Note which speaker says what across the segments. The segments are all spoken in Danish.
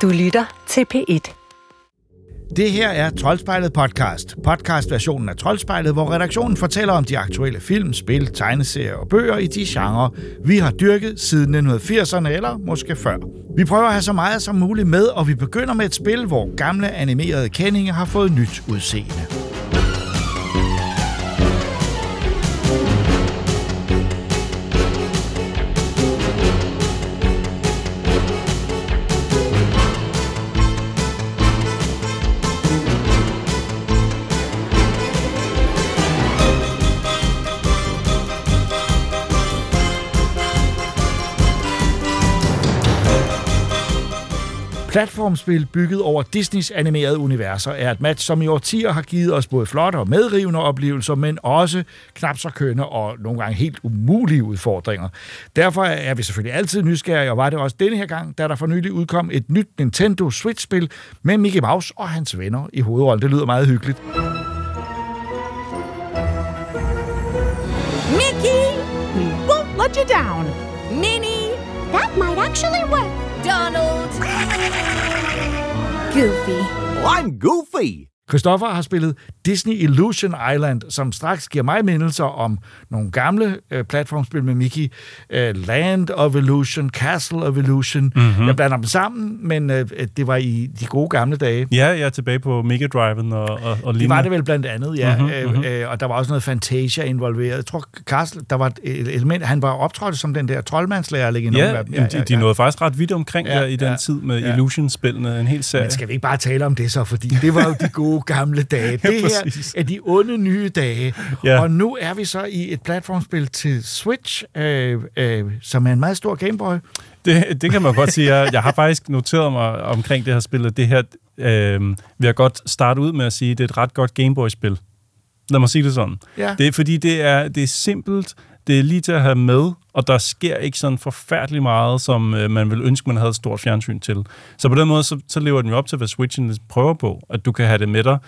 Speaker 1: Du lytter til P1.
Speaker 2: Det her er Troldspejlet podcast. Podcastversionen af Troldspejlet, hvor redaktionen fortæller om de aktuelle film, spil, tegneserier og bøger i de genrer, vi har dyrket siden 1980'erne eller måske før. Vi prøver at have så meget som muligt med, og vi begynder med et spil, hvor gamle animerede kendinge har fået nyt udseende. Platformspil bygget over Disneys animerede universer er et match, som i årtier har givet os både flotte og medrivende oplevelser, men også knap så kønne og nogle gange helt umulige udfordringer. Derfor er vi selvfølgelig altid nysgerrige, og var det også denne her gang, da der for nylig udkom et nyt Nintendo Switch-spil med Mickey Mouse og hans venner i hovedrollen. Det lyder meget hyggeligt.
Speaker 3: Mickey, we won't let you down. Minnie,
Speaker 4: that might actually work.
Speaker 3: Donald, Goofy.
Speaker 5: I'm Goofy.
Speaker 2: Christoffer har spillet Disney Illusion Island, som straks giver mig mindelser om nogle gamle platformspil med Mickey. Land of Illusion, Castle of Illusion. Mm-hmm. Jeg blander dem sammen, men det var i de gode gamle dage.
Speaker 6: Ja, jeg er tilbage på Mega Driven og lignende.
Speaker 2: Det var det vel blandt andet, ja. Og der var også noget Fantasia involveret. Jeg tror, Castle, der var et element, han var optrådt som den der troldmandslærling i nogle af dem.
Speaker 6: De nåede faktisk ret vidt omkring i den tid med Illusion-spillene, en hel serie.
Speaker 2: Men skal vi ikke bare tale om det så, fordi det var jo de gode gamle dage. Det her er de onde nye dage. Ja. Og nu er vi så i et platformspil til Switch, som er en meget stor Gameboy.
Speaker 6: Det kan man godt sige. Jeg har faktisk noteret mig omkring det her spil, det her vil jeg godt starte ud med at sige, det er et ret godt Gameboy-spil. Lad mig sige det sådan. Ja. Det er fordi, det er simpelt, det er lige til at have med, og der sker ikke sådan forfærdeligt meget, som man ville ønske, man havde et stort fjernsyn til. Så på den måde, så lever den jo op til, hvad Switchen prøver på, at du kan have det med dig.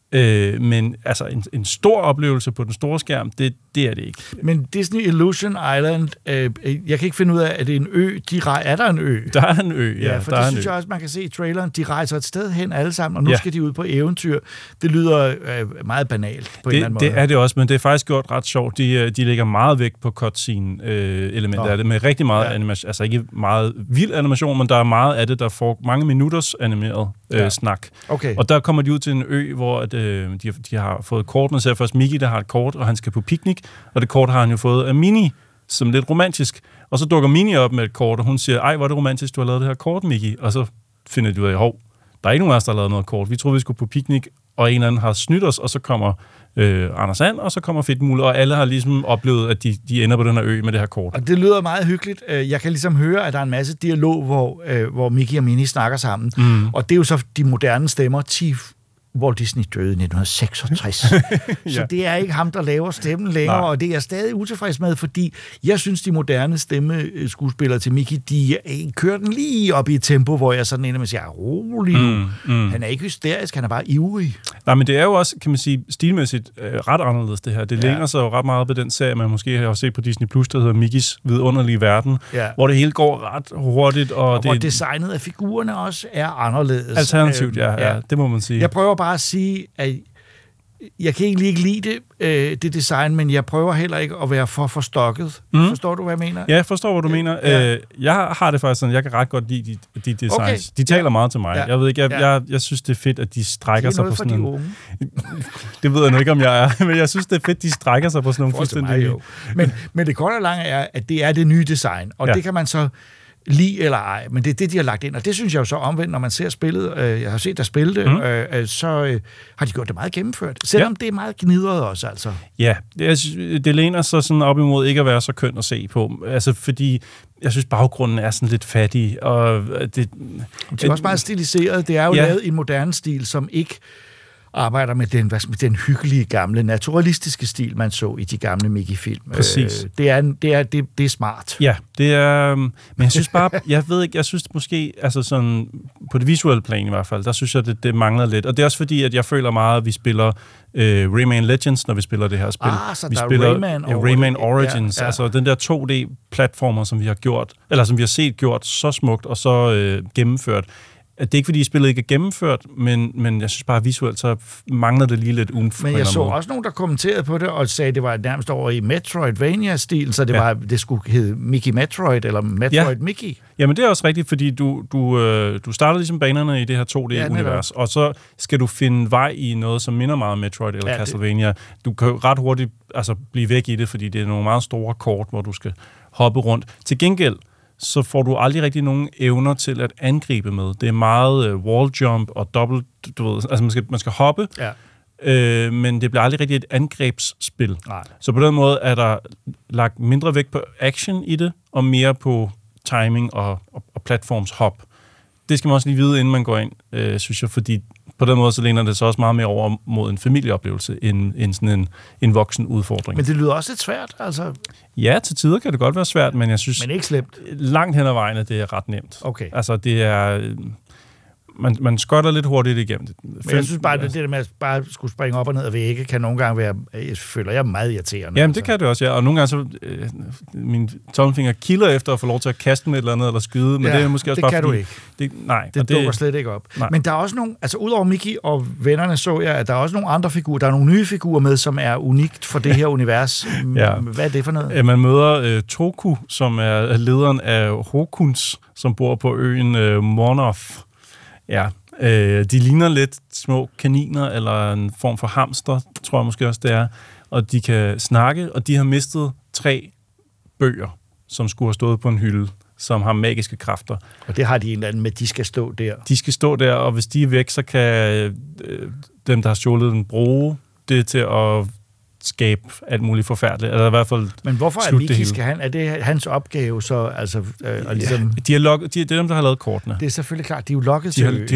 Speaker 6: Men altså en stor oplevelse på den store skærm, det er det ikke.
Speaker 2: Men Disney Illusion Island, jeg kan ikke finde ud af, at det er en ø. Er der en ø?
Speaker 6: Der er en ø, ja.
Speaker 2: For det synes jeg også, man kan se i traileren. De rejser et sted hen alle sammen, og nu skal de ud på eventyr. Det lyder meget banalt på en eller anden måde.
Speaker 6: Det er det også, men det er faktisk gjort ret sjovt. De lægger meget vægt på cutscene-elementer af det, med rigtig meget animation. Altså ikke meget vild animation, men der er meget af det, der får mange minutters animeret snak. Okay. Og der kommer de ud til en ø, hvor de har fået kort. Man ser først Mickey, der har et kort, og han skal på piknik, og det kort har han jo fået af Minnie, som lidt romantisk. Og så dukker Minnie op med et kort, og hun siger, ej, hvor er det romantisk, du har lavet det her kort, Mickey. Og så finder de ud af, der er ikke nogen af os, der har lavet noget kort. Vi troede, vi skulle på piknik, og en eller anden har snydt os, og så kommer Anders And, og så kommer Fedtmule, og alle har ligesom oplevet, at de ender på den her ø med det her kort.
Speaker 2: Og det lyder meget hyggeligt. Jeg kan ligesom høre, at der er en masse dialog, hvor Mickey og Minnie snakker sammen. Og det er jo så de moderne stemmer, Walt Disney døde i 1966. Så det er ikke ham, der laver stemmen længere, og det er jeg stadig utilfreds med, fordi jeg synes, de moderne stemmeskuespillere til Mickey, de kører den lige op i et tempo, hvor jeg sådan ender med at sige, rolig nu. Han er ikke hysterisk, han er bare ivrig.
Speaker 6: Nej, men det er jo også, kan man sige, stilmæssigt ret anderledes det her. Det længer sig jo ret meget på den serie, man måske har set på Disney+, der hedder Mickeys vidunderlige verden, hvor det hele går ret hurtigt. Og
Speaker 2: hvor designet af figurerne også er anderledes.
Speaker 6: Alternativt, ja, det må man sige.
Speaker 2: Jeg prøver bare at sige, at jeg kan egentlig ikke lide det design, men jeg prøver heller ikke at være for forstokket. Forstår du, hvad jeg mener?
Speaker 6: Ja, jeg forstår, hvad du mener. Jeg har det faktisk sådan, jeg kan ret godt lide de designs. Okay. De taler meget til mig. Jeg ved ikke, jeg synes, det er fedt, at de strækker sig på sådan en...
Speaker 2: unge.
Speaker 6: Det ved jeg nu ikke, om jeg er, men jeg synes, det er fedt, de strækker sig på sådan nogle fuldstændig...
Speaker 2: Men det korte og lange er, at det er det nye design, og det kan man så lide eller ej, men det er det, de har lagt ind, og det synes jeg jo så omvendt, når man ser spillet, jeg har set dig spille det, så har de gjort det meget gennemført, selvom det er meget gnidret også, altså.
Speaker 6: Ja, det læner sig sådan op imod ikke at være så køn at se på, altså fordi jeg synes, baggrunden er sådan lidt fattig, og det
Speaker 2: er også meget stiliseret, det er jo lavet i en moderne stil, som ikke arbejder med den hyggelige, gamle, naturalistiske stil, man så i de gamle Mickey-film.
Speaker 6: Præcis.
Speaker 2: Det er smart.
Speaker 6: Ja, det er... Men jeg synes bare... Jeg ved ikke, jeg synes måske... Altså sådan... På det visuelle plan i hvert fald, der synes jeg, det mangler lidt. Og det er også fordi, at jeg føler meget, at vi spiller Rayman Legends, når vi spiller det her spil.
Speaker 2: Så
Speaker 6: vi
Speaker 2: der
Speaker 6: spiller
Speaker 2: Rayman
Speaker 6: Origins. Ja. Altså den der 2D-platformer, som vi har gjort... Eller som vi har set gjort så smukt og så gennemført, at det er ikke, fordi spillet ikke er gennemført, men jeg synes bare, visuelt, så mangler det lige lidt umf.
Speaker 2: Men jeg så også nogen, der kommenterede på det, og sagde, at det var nærmest over i Metroidvania-stil, så det skulle hedde Mickey Metroid, eller Metroid Mickey.
Speaker 6: Jamen, det er også rigtigt, fordi du starter ligesom banerne i det her 2D-univers, og så skal du finde vej i noget, som minder meget om Metroid eller Castlevania. Du kan jo ret hurtigt blive væk i det, fordi det er nogle meget store kort, hvor du skal hoppe rundt. Til gengæld, så får du aldrig rigtig nogen evner til at angribe med. Det er meget wall jump og dobbelt, altså man skal hoppe, men det bliver aldrig rigtig et angrebsspil. Nej. Så på den måde er der lagt mindre vægt på action i det, og mere på timing og platformshop. Det skal man også lige vide, inden man går ind, synes jeg, fordi på den måde så læner det så også meget mere over mod en familieoplevelse, end sådan en voksen udfordring.
Speaker 2: Men det lyder også lidt svært, altså?
Speaker 6: Ja, til tider kan det godt være svært, men jeg synes...
Speaker 2: Men ikke slemt?
Speaker 6: Langt hen ad vejen, at det er ret nemt.
Speaker 2: Okay.
Speaker 6: Altså, det er... Man skotter lidt hurtigt igennem det.
Speaker 2: Men jeg synes bare, det der med at bare skulle springe op og ned af vægge, kan nogle gange være, jeg føler, jeg er meget irriterende.
Speaker 6: Jamen, det kan det også, ja. Og nogle gange så, min tommelfinger kilder efter at få lov til at kaste med et eller andet, eller skyde, men det er måske også bare...
Speaker 2: det kan du ikke.
Speaker 6: Det
Speaker 2: dukker slet ikke op. Nej. Men der er også nogle, altså udover Mickey og vennerne, så jeg, at der er også nogle andre figurer, der er nogle nye figurer med, som er unikt for det her univers. Hvad er det for noget?
Speaker 6: Man møder Toku, som er lederen af Hokuns, som bor på øen Monoth. Ja, de ligner lidt små kaniner, eller en form for hamster, tror jeg måske også det er. Og de kan snakke, og de har mistet 3 bøger, som skulle have stået på en hylde, som har magiske kræfter. Og
Speaker 2: det har de en eller anden med, de skal stå der.
Speaker 6: De skal stå der, og hvis de er væk, så kan dem, der har stjålet den, bruge det til at skabe alt muligt forfærdeligt, eller i hvert fald.
Speaker 2: Men hvorfor er Mickey, er det hans opgave så, altså, ligesom...
Speaker 6: Det er dem, der har lavet kortene.
Speaker 2: Det er selvfølgelig klart, de er jo lokket til øen.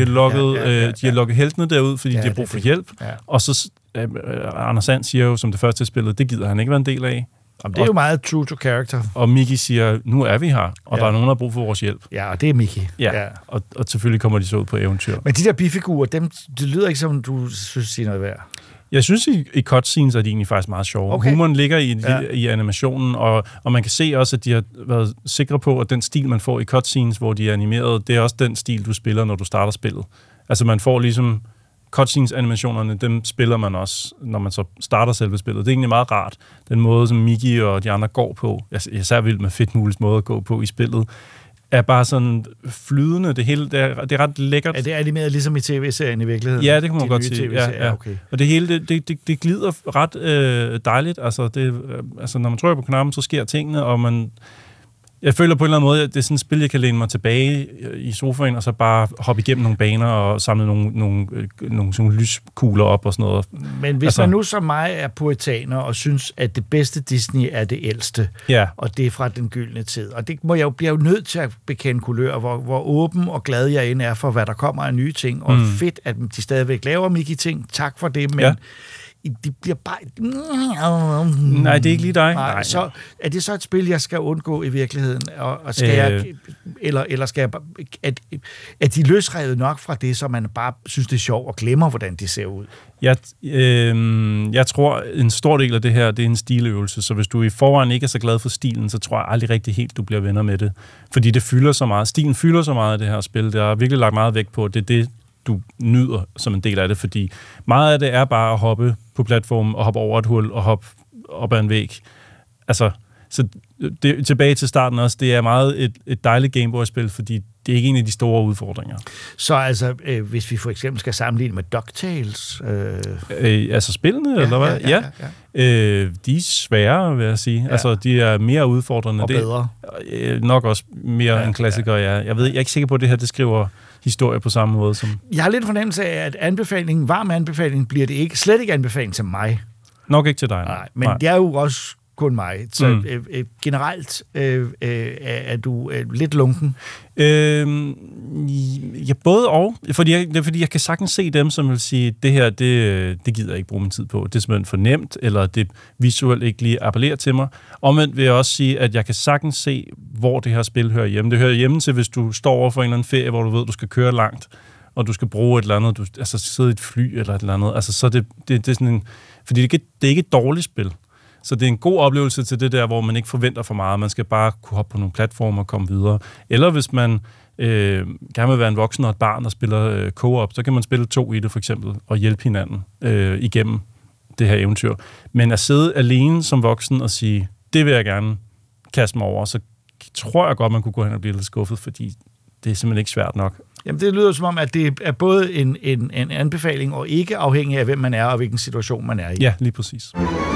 Speaker 6: De har lokket heltene derud, fordi de har brug for hjælp, og så Anders Sand siger jo, som det første spillet, det gider han ikke være en del af.
Speaker 2: Jamen, det er jo meget true to character.
Speaker 6: Og Mickey siger, nu er vi her, og der er nogen, der har brug for vores hjælp.
Speaker 2: Ja, og det er Mickey.
Speaker 6: Ja. Og selvfølgelig kommer de så ud på eventyr.
Speaker 2: Men de der bifigurer, det lyder ikke som, du synes, siger noget værd.
Speaker 6: Jeg synes, i cutscenes er de egentlig faktisk meget sjove. Okay. Humoren ligger i animationen, og man kan se også, at de har været sikre på, at den stil, man får i cutscenes, hvor de er animeret, det er også den stil, du spiller, når du starter spillet. Altså, man får ligesom... Cutscenes-animationerne, dem spiller man også, når man så starter selve spillet. Det er egentlig meget rart. Den måde, som Mickey og de andre går på, jeg er særlig vild med Fedtmules måde at gå på i spillet, er bare sådan flydende. Det hele, det er ret lækkert.
Speaker 2: Er det animeret ligesom i tv-serien i virkeligheden?
Speaker 6: Ja, det kan man godt sige. Ja. Okay. Og det hele, det glider ret dejligt. Altså, når man trykker på knappen, så sker tingene, og jeg føler på en eller anden måde, at det er sådan et spil, jeg kan læne mig tilbage i sofaen, og så bare hoppe igennem nogle baner og samle nogle lyskugler op og sådan noget.
Speaker 2: Men hvis man nu som mig er poetaner og synes, at det bedste Disney er det ældste, og det er fra den gyldne tid, og det bliver jo nødt til at bekende kulør, hvor åben og glad jeg end er for, hvad der kommer af nye ting, og fedt, at de stadigvæk laver Mickey-ting. Tak for det, men... de bliver bare...
Speaker 6: Nej, det er ikke lige dig.
Speaker 2: Nej. Så er det så et spil, jeg skal undgå i virkeligheden? Og skal jeg... Eller skal jeg... Er de løsrevet nok fra det, så man bare synes, det er sjovt og glemmer, hvordan de ser ud?
Speaker 6: Jeg tror, en stor del af det her, det er en stiløvelse. Så hvis du i forvejen ikke er så glad for stilen, så tror jeg aldrig rigtig helt, du bliver venner med det. Fordi det fylder så meget. Stilen fylder så meget af det her spil. Der er virkelig lagt meget vægt på, det er det, du nyder som en del af det, fordi meget af det er bare at hoppe på platformen og hoppe over et hul og hoppe op ad en væg. Altså, så det, tilbage til starten også, det er meget et dejligt Gameboy-spil, fordi det er ikke en af de store udfordringer.
Speaker 2: Så altså, hvis vi for eksempel skal sammenligne med DuckTales?
Speaker 6: Altså spillene, eller hvad? Ja. De er svære, vil jeg sige. Ja. Altså, de er mere udfordrende.
Speaker 2: Og bedre.
Speaker 6: Nok også mere end klassikere, ja. Jeg er ikke sikker på, at det her, det skriver historie på samme måde som...
Speaker 2: Jeg har lidt fornemmelse af, at varm anbefaling bliver det ikke. Slet ikke anbefaling til mig.
Speaker 6: Nok ikke til dig.
Speaker 2: Nej, men det er jo også kun mig. Så generelt er du lidt lunken?
Speaker 6: Ja, både og. Fordi jeg kan sagtens se dem, som vil sige, det her, det gider jeg ikke bruge min tid på. Det er simpelthen for nemt, eller det visuelt ikke lige appellerer til mig. Omvendt vil jeg også sige, at jeg kan sagtens se, hvor det her spil hører hjemme. Det hører hjemme til, hvis du står over for en eller anden ferie, hvor du ved, du skal køre langt, og du skal bruge et eller andet, altså sidde i et fly eller et eller andet. Altså, så det er sådan en... Fordi det er ikke et dårligt spil. Så det er en god oplevelse til det der, hvor man ikke forventer for meget. Man skal bare kunne hoppe på nogle platformer og komme videre. Eller hvis man gerne vil være en voksen og et barn, der spiller co-op, så kan man spille 2 i det for eksempel, og hjælpe hinanden igennem det her eventyr. Men at sidde alene som voksen og sige, det vil jeg gerne kaste mig over, så tror jeg godt, man kunne gå hen og blive lidt skuffet, fordi det er simpelthen ikke svært nok.
Speaker 2: Jamen, det lyder som om, at det er både en anbefaling, og ikke afhængig af, hvem man er, og hvilken situation man er i.
Speaker 6: Ja, lige præcis.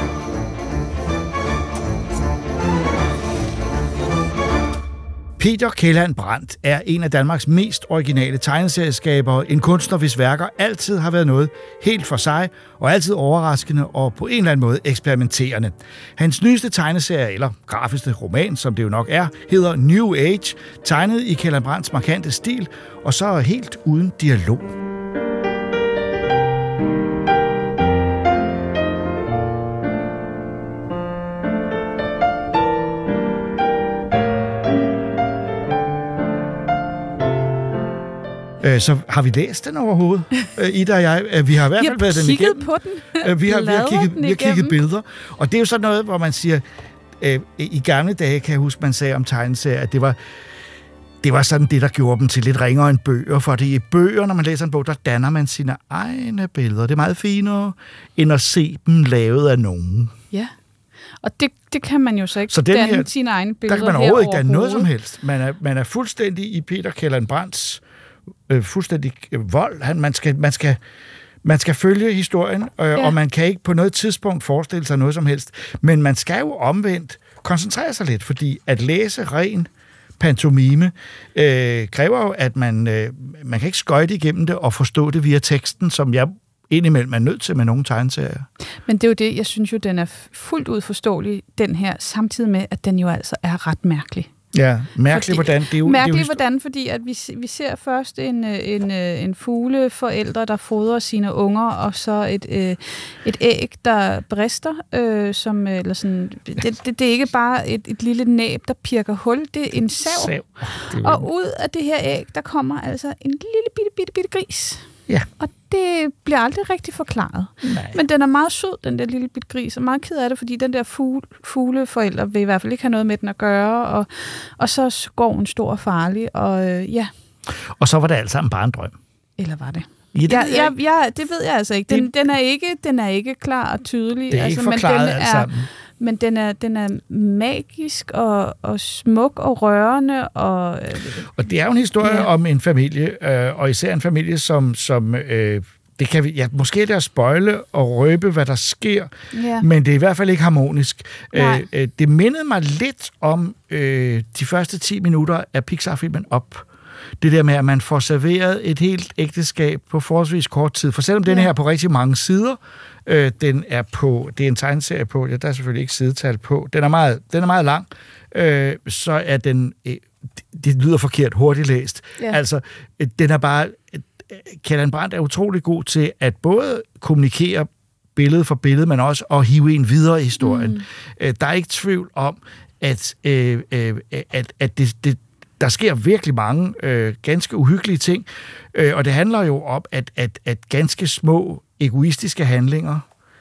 Speaker 2: Peter Kelland Brandt er en af Danmarks mest originale tegneserieskabere, en kunstner, hvis værker altid har været noget helt for sig, og altid overraskende og på en eller anden måde eksperimenterende. Hans nyeste tegneserie, eller grafiske roman, som det jo nok er, hedder New Age, tegnet i Kelland Brandts markante stil, og så helt uden dialog. Så har vi læst den overhovedet, Ida og jeg? Vi har i hvert fald været den igennem.
Speaker 1: På den.
Speaker 2: Vi har kigget billeder. Og det er jo sådan noget, hvor man siger, i gamle dage kan jeg huske, man sagde om tegneserier, at det var sådan det, der gjorde dem til lidt ringere end bøger. Fordi i bøger, når man læser en bog, der danner man sine egne billeder. Det er meget finere, end at se dem lavet af nogen.
Speaker 1: Ja. Og det kan man jo så ikke danne sine egne billeder.
Speaker 2: Der kan man overhovedet ikke danne noget som helst. Man er fuldstændig i Peter Kelland Brandts fuldstændig vold. Man skal følge historien, og man kan ikke på noget tidspunkt forestille sig noget som helst. Men man skal jo omvendt koncentrere sig lidt, fordi at læse ren pantomime kræver jo, at man kan ikke skøjte igennem det og forstå det via teksten, som jeg indimellem er nødt til med nogle tegneserier.
Speaker 1: Men det er jo det, jeg synes jo, den er fuldt ud forståelig, den her, samtidig med, at den jo altså er ret mærkelig.
Speaker 2: Ja, mærkeligt hvordan.
Speaker 1: Hvordan, fordi at vi ser først en fugleforælder, der fodrer sine unger, og så et æg, der brister, eller sådan. Det er ikke bare et lille næb, der pirker hul, det er en sav. Og ud af det her æg, der kommer altså en lille bitte gris.
Speaker 2: Ja.
Speaker 1: Og det bliver aldrig rigtig forklaret.
Speaker 2: Nej.
Speaker 1: Men den er meget sød, den der lille bitte gris, og meget ked af det, fordi den der fugleforælder vil i hvert fald ikke have noget med den at gøre, og så går hun stor og farlig, og ja.
Speaker 2: Og så var det alt sammen bare en drøm.
Speaker 1: Eller var det?
Speaker 2: Ja,
Speaker 1: det ved jeg altså ikke. Den er ikke klar og tydelig.
Speaker 2: Det er ikke forklaret alt sammen.
Speaker 1: Men den er magisk og smuk og rørende. Og
Speaker 2: det er jo en historie om en familie, og især en familie, som det kan vi, måske er det at spoile og røbe, hvad der sker, men det er i hvert fald ikke harmonisk. Det mindede mig lidt om de første 10 minutter af Pixar-filmen Up. Det der med, at man får serveret et helt ægteskab på forholdsvis kort tid. For selvom den her er på rigtig mange sider, det er en tegneserie på, der er selvfølgelig ikke sidetal på, den er meget lang, så er den, det lyder forkert, hurtigt læst. Ja. Altså, den er bare, Kelland Brandt er utrolig god til at både kommunikere billede for billede, men også at hive en videre i historien. Der er ikke tvivl om, at der sker virkelig mange ganske uhyggelige ting, og det handler jo om, at ganske små egoistiske handlinger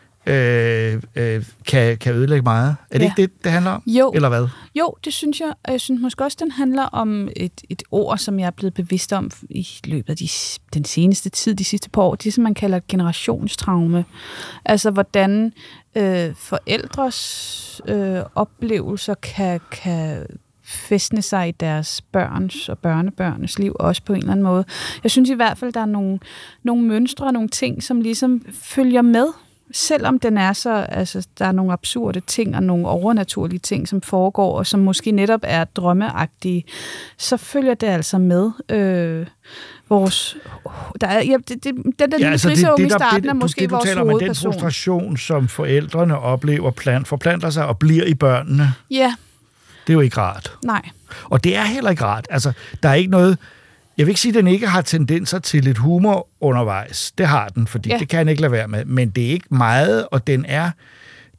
Speaker 2: kan ødelægge meget. Er det ikke det handler om?
Speaker 1: Jo.
Speaker 2: Eller hvad?
Speaker 1: Jo, det synes jeg. Jeg synes måske også, den handler om et ord, som jeg er blevet bevidst om i løbet af den seneste tid, de sidste par år. Det, som man kalder et generationstraume. Altså, hvordan forældres oplevelser kan fæstne sig i deres børns og børnebørns liv, også på en eller anden måde. Jeg synes i hvert fald, der er nogle mønstre og nogle ting, som ligesom følger med, selvom den er så, altså der er nogle absurde ting og nogle overnaturlige ting, som foregår, og som måske netop er drømmeagtige, så følger det altså med vores... Den der lille griseunge i starten er måske vores hovedperson.
Speaker 2: Den frustration, som forældrene oplever, forplanter sig og bliver i børnene.
Speaker 1: Ja.
Speaker 2: Det er jo ikke rart.
Speaker 1: Nej.
Speaker 2: Og det er heller ikke rart. Altså, der er ikke noget... Jeg vil ikke sige, at den ikke har tendenser til lidt humor undervejs. Det har den, fordi det kan den ikke lade være med. Men det er ikke meget, og den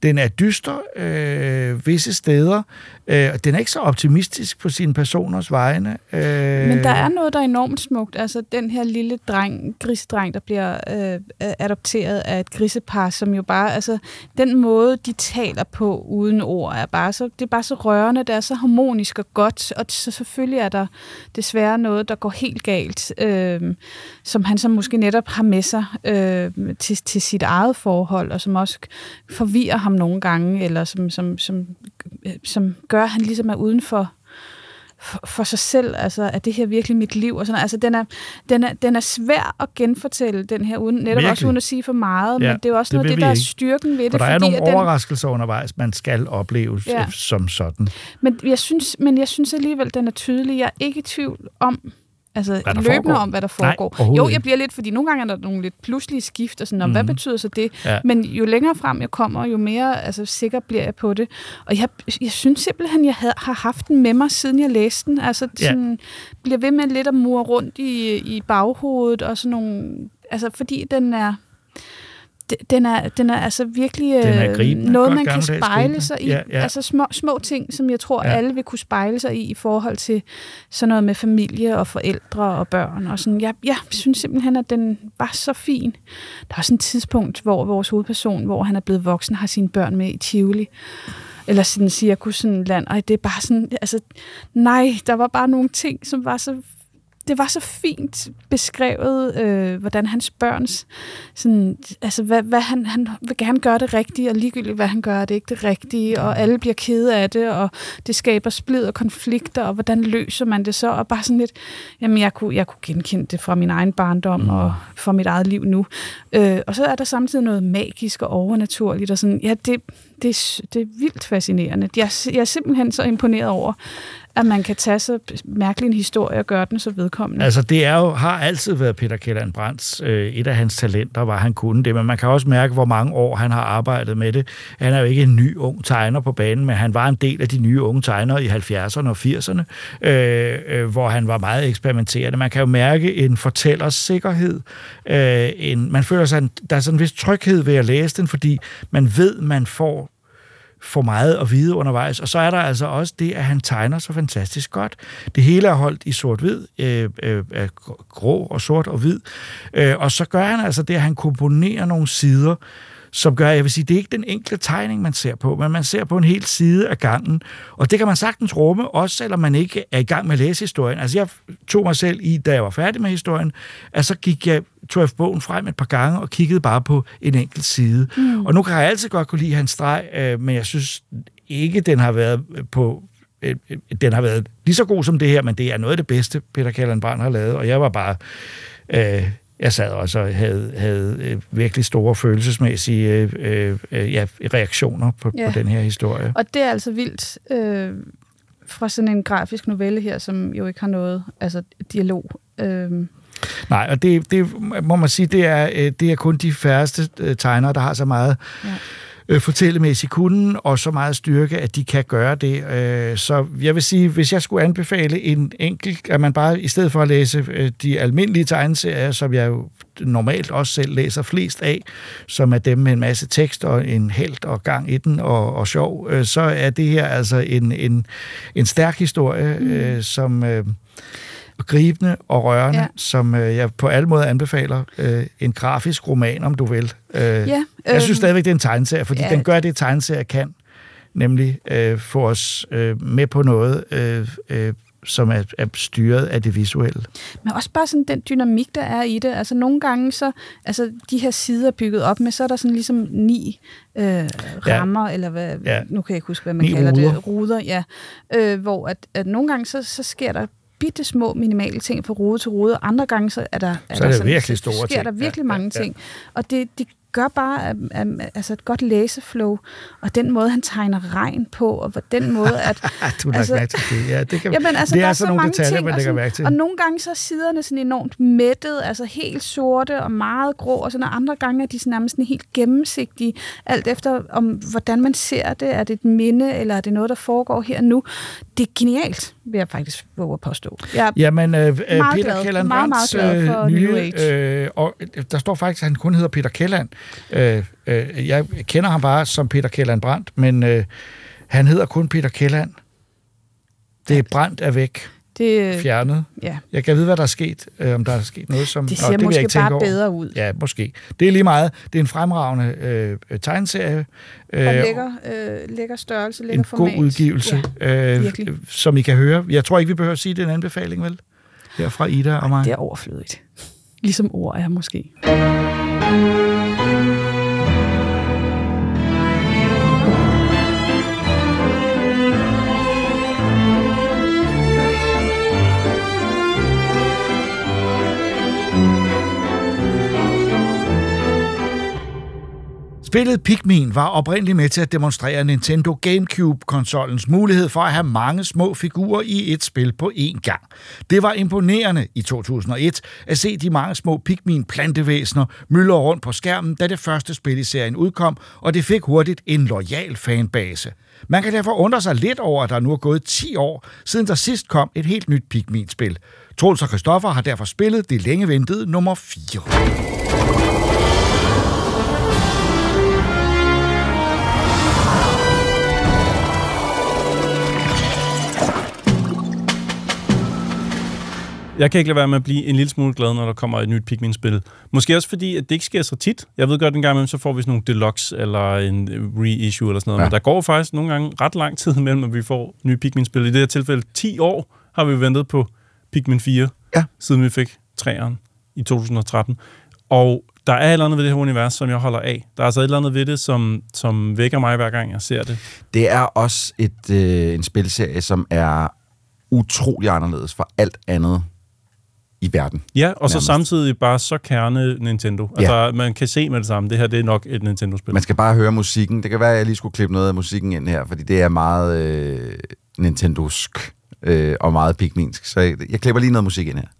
Speaker 2: Den er dyster visse steder. Den er ikke så optimistisk på sine personers vegne.
Speaker 1: Men der er noget, der er enormt smukt. Altså den her lille grisedreng, der bliver adopteret af et grisepar, som jo bare, altså den måde, de taler på uden ord, det er bare så rørende, det er så harmonisk og godt, og så selvfølgelig er der desværre noget, der går helt galt, som han så måske netop har med sig til sit eget forhold, og som også forvirrer ham nogle gange, eller som gør, at han ligesom er uden for sig selv, altså er det her virkelig mit liv, og sådan. Altså den er svær at genfortælle, den her, også uden at sige for meget, men det er jo også noget af det, der er styrken ved det.
Speaker 2: For der er nogle overraskelser undervejs, man skal opleve som sådan.
Speaker 1: Men jeg synes alligevel, den er tydelig. Jeg er ikke i tvivl om, løbende om, hvad der foregår. Jo, jeg bliver lidt, fordi nogle gange er der nogle lidt pludselige skift, og sådan, hvad betyder så det? Ja. Men jo længere frem jeg kommer, jo mere sikker bliver jeg på det. Og jeg synes simpelthen, jeg har haft den med mig, siden jeg læste den. Altså, sådan, bliver ved med lidt at mure rundt i baghovedet, og sådan nogle... Altså, fordi den er altså virkelig noget, man kan spejle sig i. Ja. Altså små ting, som jeg tror, alle vil kunne spejle sig i forhold til sådan noget med familie og forældre og børn. Og sådan. Jeg synes simpelthen, at den var så fin. Der er også en tidspunkt, hvor vores hovedperson, hvor han er blevet voksen, har sine børn med i Tivoli. Eller sådan cirkus, sådan land. Og det er bare sådan... Altså, nej, der var bare nogle ting, som var så... Det var så fint beskrevet, hvordan hans børns, sådan, altså hvad han vil gerne gøre det rigtige, og ligegyldigt hvad han gør, det ikke det rigtige, og alle bliver kede af det, og det skaber splid og konflikter, og hvordan løser man det så, og bare sådan lidt, jamen jeg kunne genkende det fra min egen barndom, og fra mit eget liv nu. Og så er der samtidig noget magisk og overnaturligt, og sådan, ja, det er vildt fascinerende. Jeg er simpelthen så imponeret over, at man kan tage så mærkelig en historie og gøre den så vedkommende. Altså
Speaker 2: det har altid været Peter Kelland-Brandts, et af hans talenter, var han kunne det, men man kan også mærke, hvor mange år han har arbejdet med det. Han er jo ikke en ny ung tegner på banen, men han var en del af de nye unge tegnere i 70'erne og 80'erne, hvor han var meget eksperimenterende. Man kan jo mærke en fortællers sikkerhed. Man føler sig, der er sådan en vis tryghed ved at læse den, fordi man ved, man får meget at vide undervejs. Og så er der altså også det, at han tegner så fantastisk godt. Det hele er holdt i sort-hvid, grå og sort og hvid. Og så gør han altså det, at han komponerer nogle sider, som gør, jeg vil sige, det er ikke den enkle tegning, man ser på, men man ser på en hel side af gangen. Og det kan man sagtens rumme, også selvom man ikke er i gang med at læse historien. Altså jeg tog mig selv i, da jeg var færdig med historien, at så tog jeg bogen frem et par gange og kiggede bare på en enkelt side. Og nu kan jeg altid godt kunne lide hans streg, men jeg synes ikke, den har været lige så god som det her, men det er noget af det bedste, Peter Kelland-Brandt har lavet, og jeg var bare... Jeg sad også og havde virkelig store følelsesmæssige reaktioner på den her historie.
Speaker 1: Og det er altså vildt fra sådan en grafisk novelle her, som jo ikke har noget dialog.
Speaker 2: Nej, og det må man sige, det er kun de færreste tegnere, der har så meget fortællemæssig kunden og så meget styrke, at de kan gøre det. Så jeg vil sige, hvis jeg skulle anbefale en enkelt, at man bare i stedet for at læse de almindelige tegneserier, som jeg jo normalt også selv læser flest af, som er dem med en masse tekst og en helt og gang i den og sjov, så er det her altså en stærk historie, som... gribende og rørende, som jeg på alle måder anbefaler. En grafisk roman, om du vil. Jeg synes stadigvæk, det er en tegneserie, fordi den gør det, tegneserie kan, nemlig få os med på noget, som er styret af det visuelle. Men
Speaker 1: også bare sådan den dynamik, der er i det. Altså nogle gange, så de her sider bygget op med, så er der sådan ligesom 9 rammer, eller hvad, nu kan jeg ikke huske, hvad man kalder det. Ruder, hvor at nogle gange, så sker der bitte små minimale ting fra rode til rode, og andre gange så er der
Speaker 2: virkelig store ting.
Speaker 1: Sker der virkelig mange ting. Og det gør bare et godt læseflow, og den måde, han tegner regn på, og den måde, at...
Speaker 2: du har lagt mærke til det. Ja, det kan,
Speaker 1: det er sådan nogle detaljer, man lægger mærke til. Og nogle gange så er siderne sådan enormt mættet, altså helt sorte og meget grå, og sådan, og andre gange er de sådan nærmest helt gennemsigtige, alt efter om, hvordan man ser det. Er det et minde, eller er det noget, der foregår her nu? Det er genialt, vil jeg faktisk våge at påstå.
Speaker 2: Jamen, Peter Kelland-Brandts
Speaker 1: nye...
Speaker 2: og der står faktisk, at han kun hedder Peter Kelland. Jeg kender ham bare som Peter Kelland Brandt, men han hedder kun Peter Kelland. Det er Brandt er væk.
Speaker 1: Det
Speaker 2: Fjernet.
Speaker 1: Ja.
Speaker 2: Jeg kan vide, hvad der er sket. Om der er sket noget, som...
Speaker 1: Det ser måske bare bedre ud.
Speaker 2: Ja, måske. Det er lige meget. Det er en fremragende tegneserie.
Speaker 1: Og lækker størrelse, lækker
Speaker 2: en
Speaker 1: format.
Speaker 2: En god udgivelse, som I kan høre. Jeg tror ikke, vi behøver at sige, det er en anbefaling, vel? Her fra Ida og mig.
Speaker 1: Det er overflødigt. Ligesom ord er måske.
Speaker 2: Spillet Pikmin var oprindeligt med til at demonstrere Nintendo GameCube-konsollens mulighed for at have mange små figurer i et spil på én gang. Det var imponerende i 2001 at se de mange små Pikmin-plantevæsener myldre rundt på skærmen, da det første spil i serien udkom, og det fik hurtigt en loyal fanbase. Man kan derfor undre sig lidt over, at der nu er gået 10 år, siden der sidst kom et helt nyt Pikmin-spil. Troels og Christoffer har derfor spillet det længe ventede nummer 4.
Speaker 6: Jeg kan ikke lade være med at blive en lille smule glad, når der kommer et nyt Pikmin-spil. Måske også fordi, at det ikke sker så tit. Jeg ved godt, en gang imellem, så får vi sådan nogle deluxe eller en reissue eller sådan noget. Ja. Men der går faktisk nogle gange ret lang tid imellem, at vi får nye Pikmin-spil. I det her tilfælde 10 år har vi ventet på Pikmin 4, siden vi fik 3'eren i 2013. Og der er et eller andet ved det her univers, som jeg holder af. Der er altså et eller andet ved det, som vækker mig, hver gang jeg ser det.
Speaker 5: Det er også en spilserie, som er utrolig anderledes fra alt andet i verden.
Speaker 6: Ja, og så samtidig bare så kerne Nintendo. Altså, man kan se med det samme. Det her, det er nok et Nintendo-spil.
Speaker 5: Man skal bare høre musikken. Det kan være, at jeg lige skulle klippe noget af musikken ind her, fordi det er meget Nintendosk og meget Pikminsk. Så jeg klipper lige noget musik ind her.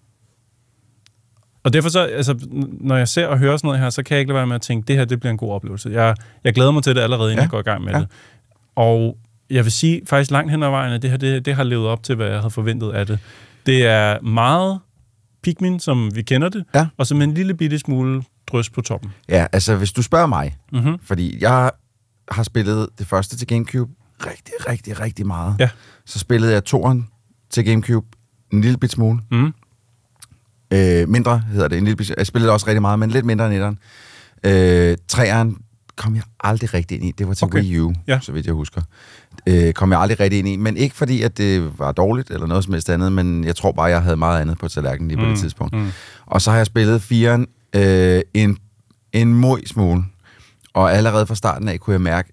Speaker 6: Og derfor så, altså, når jeg ser og hører sådan noget her, så kan jeg ikke lade være med at tænke, det her, det bliver en god oplevelse. Jeg glæder mig til det allerede, inden jeg går i gang med det. Og jeg vil sige, faktisk langt hen ad vejen, at det her, det har levet op til, hvad jeg havde forventet af det. Det er meget Pikmin, som vi kender det, og så med en lille bitte smule drøs på toppen.
Speaker 5: Ja, altså hvis du spørger mig, fordi jeg har spillet det første til GameCube rigtig meget. Ja. Så spillede jeg 2'eren til GameCube en lille bit smule. Mindre hedder det. En lille bit, jeg spillede også rigtig meget, men lidt mindre end 1'eren. 3'eren kom jeg aldrig rigtig ind i. Det var til Wii U, så vidt jeg husker. Kom jeg aldrig rigtig ind i, men ikke fordi, at det var dårligt eller noget som helst andet, men jeg tror bare, jeg havde meget andet på tallerkenen lige på det tidspunkt. Og så har jeg spillet 4'eren en møj smule, og allerede fra starten af kunne jeg mærke,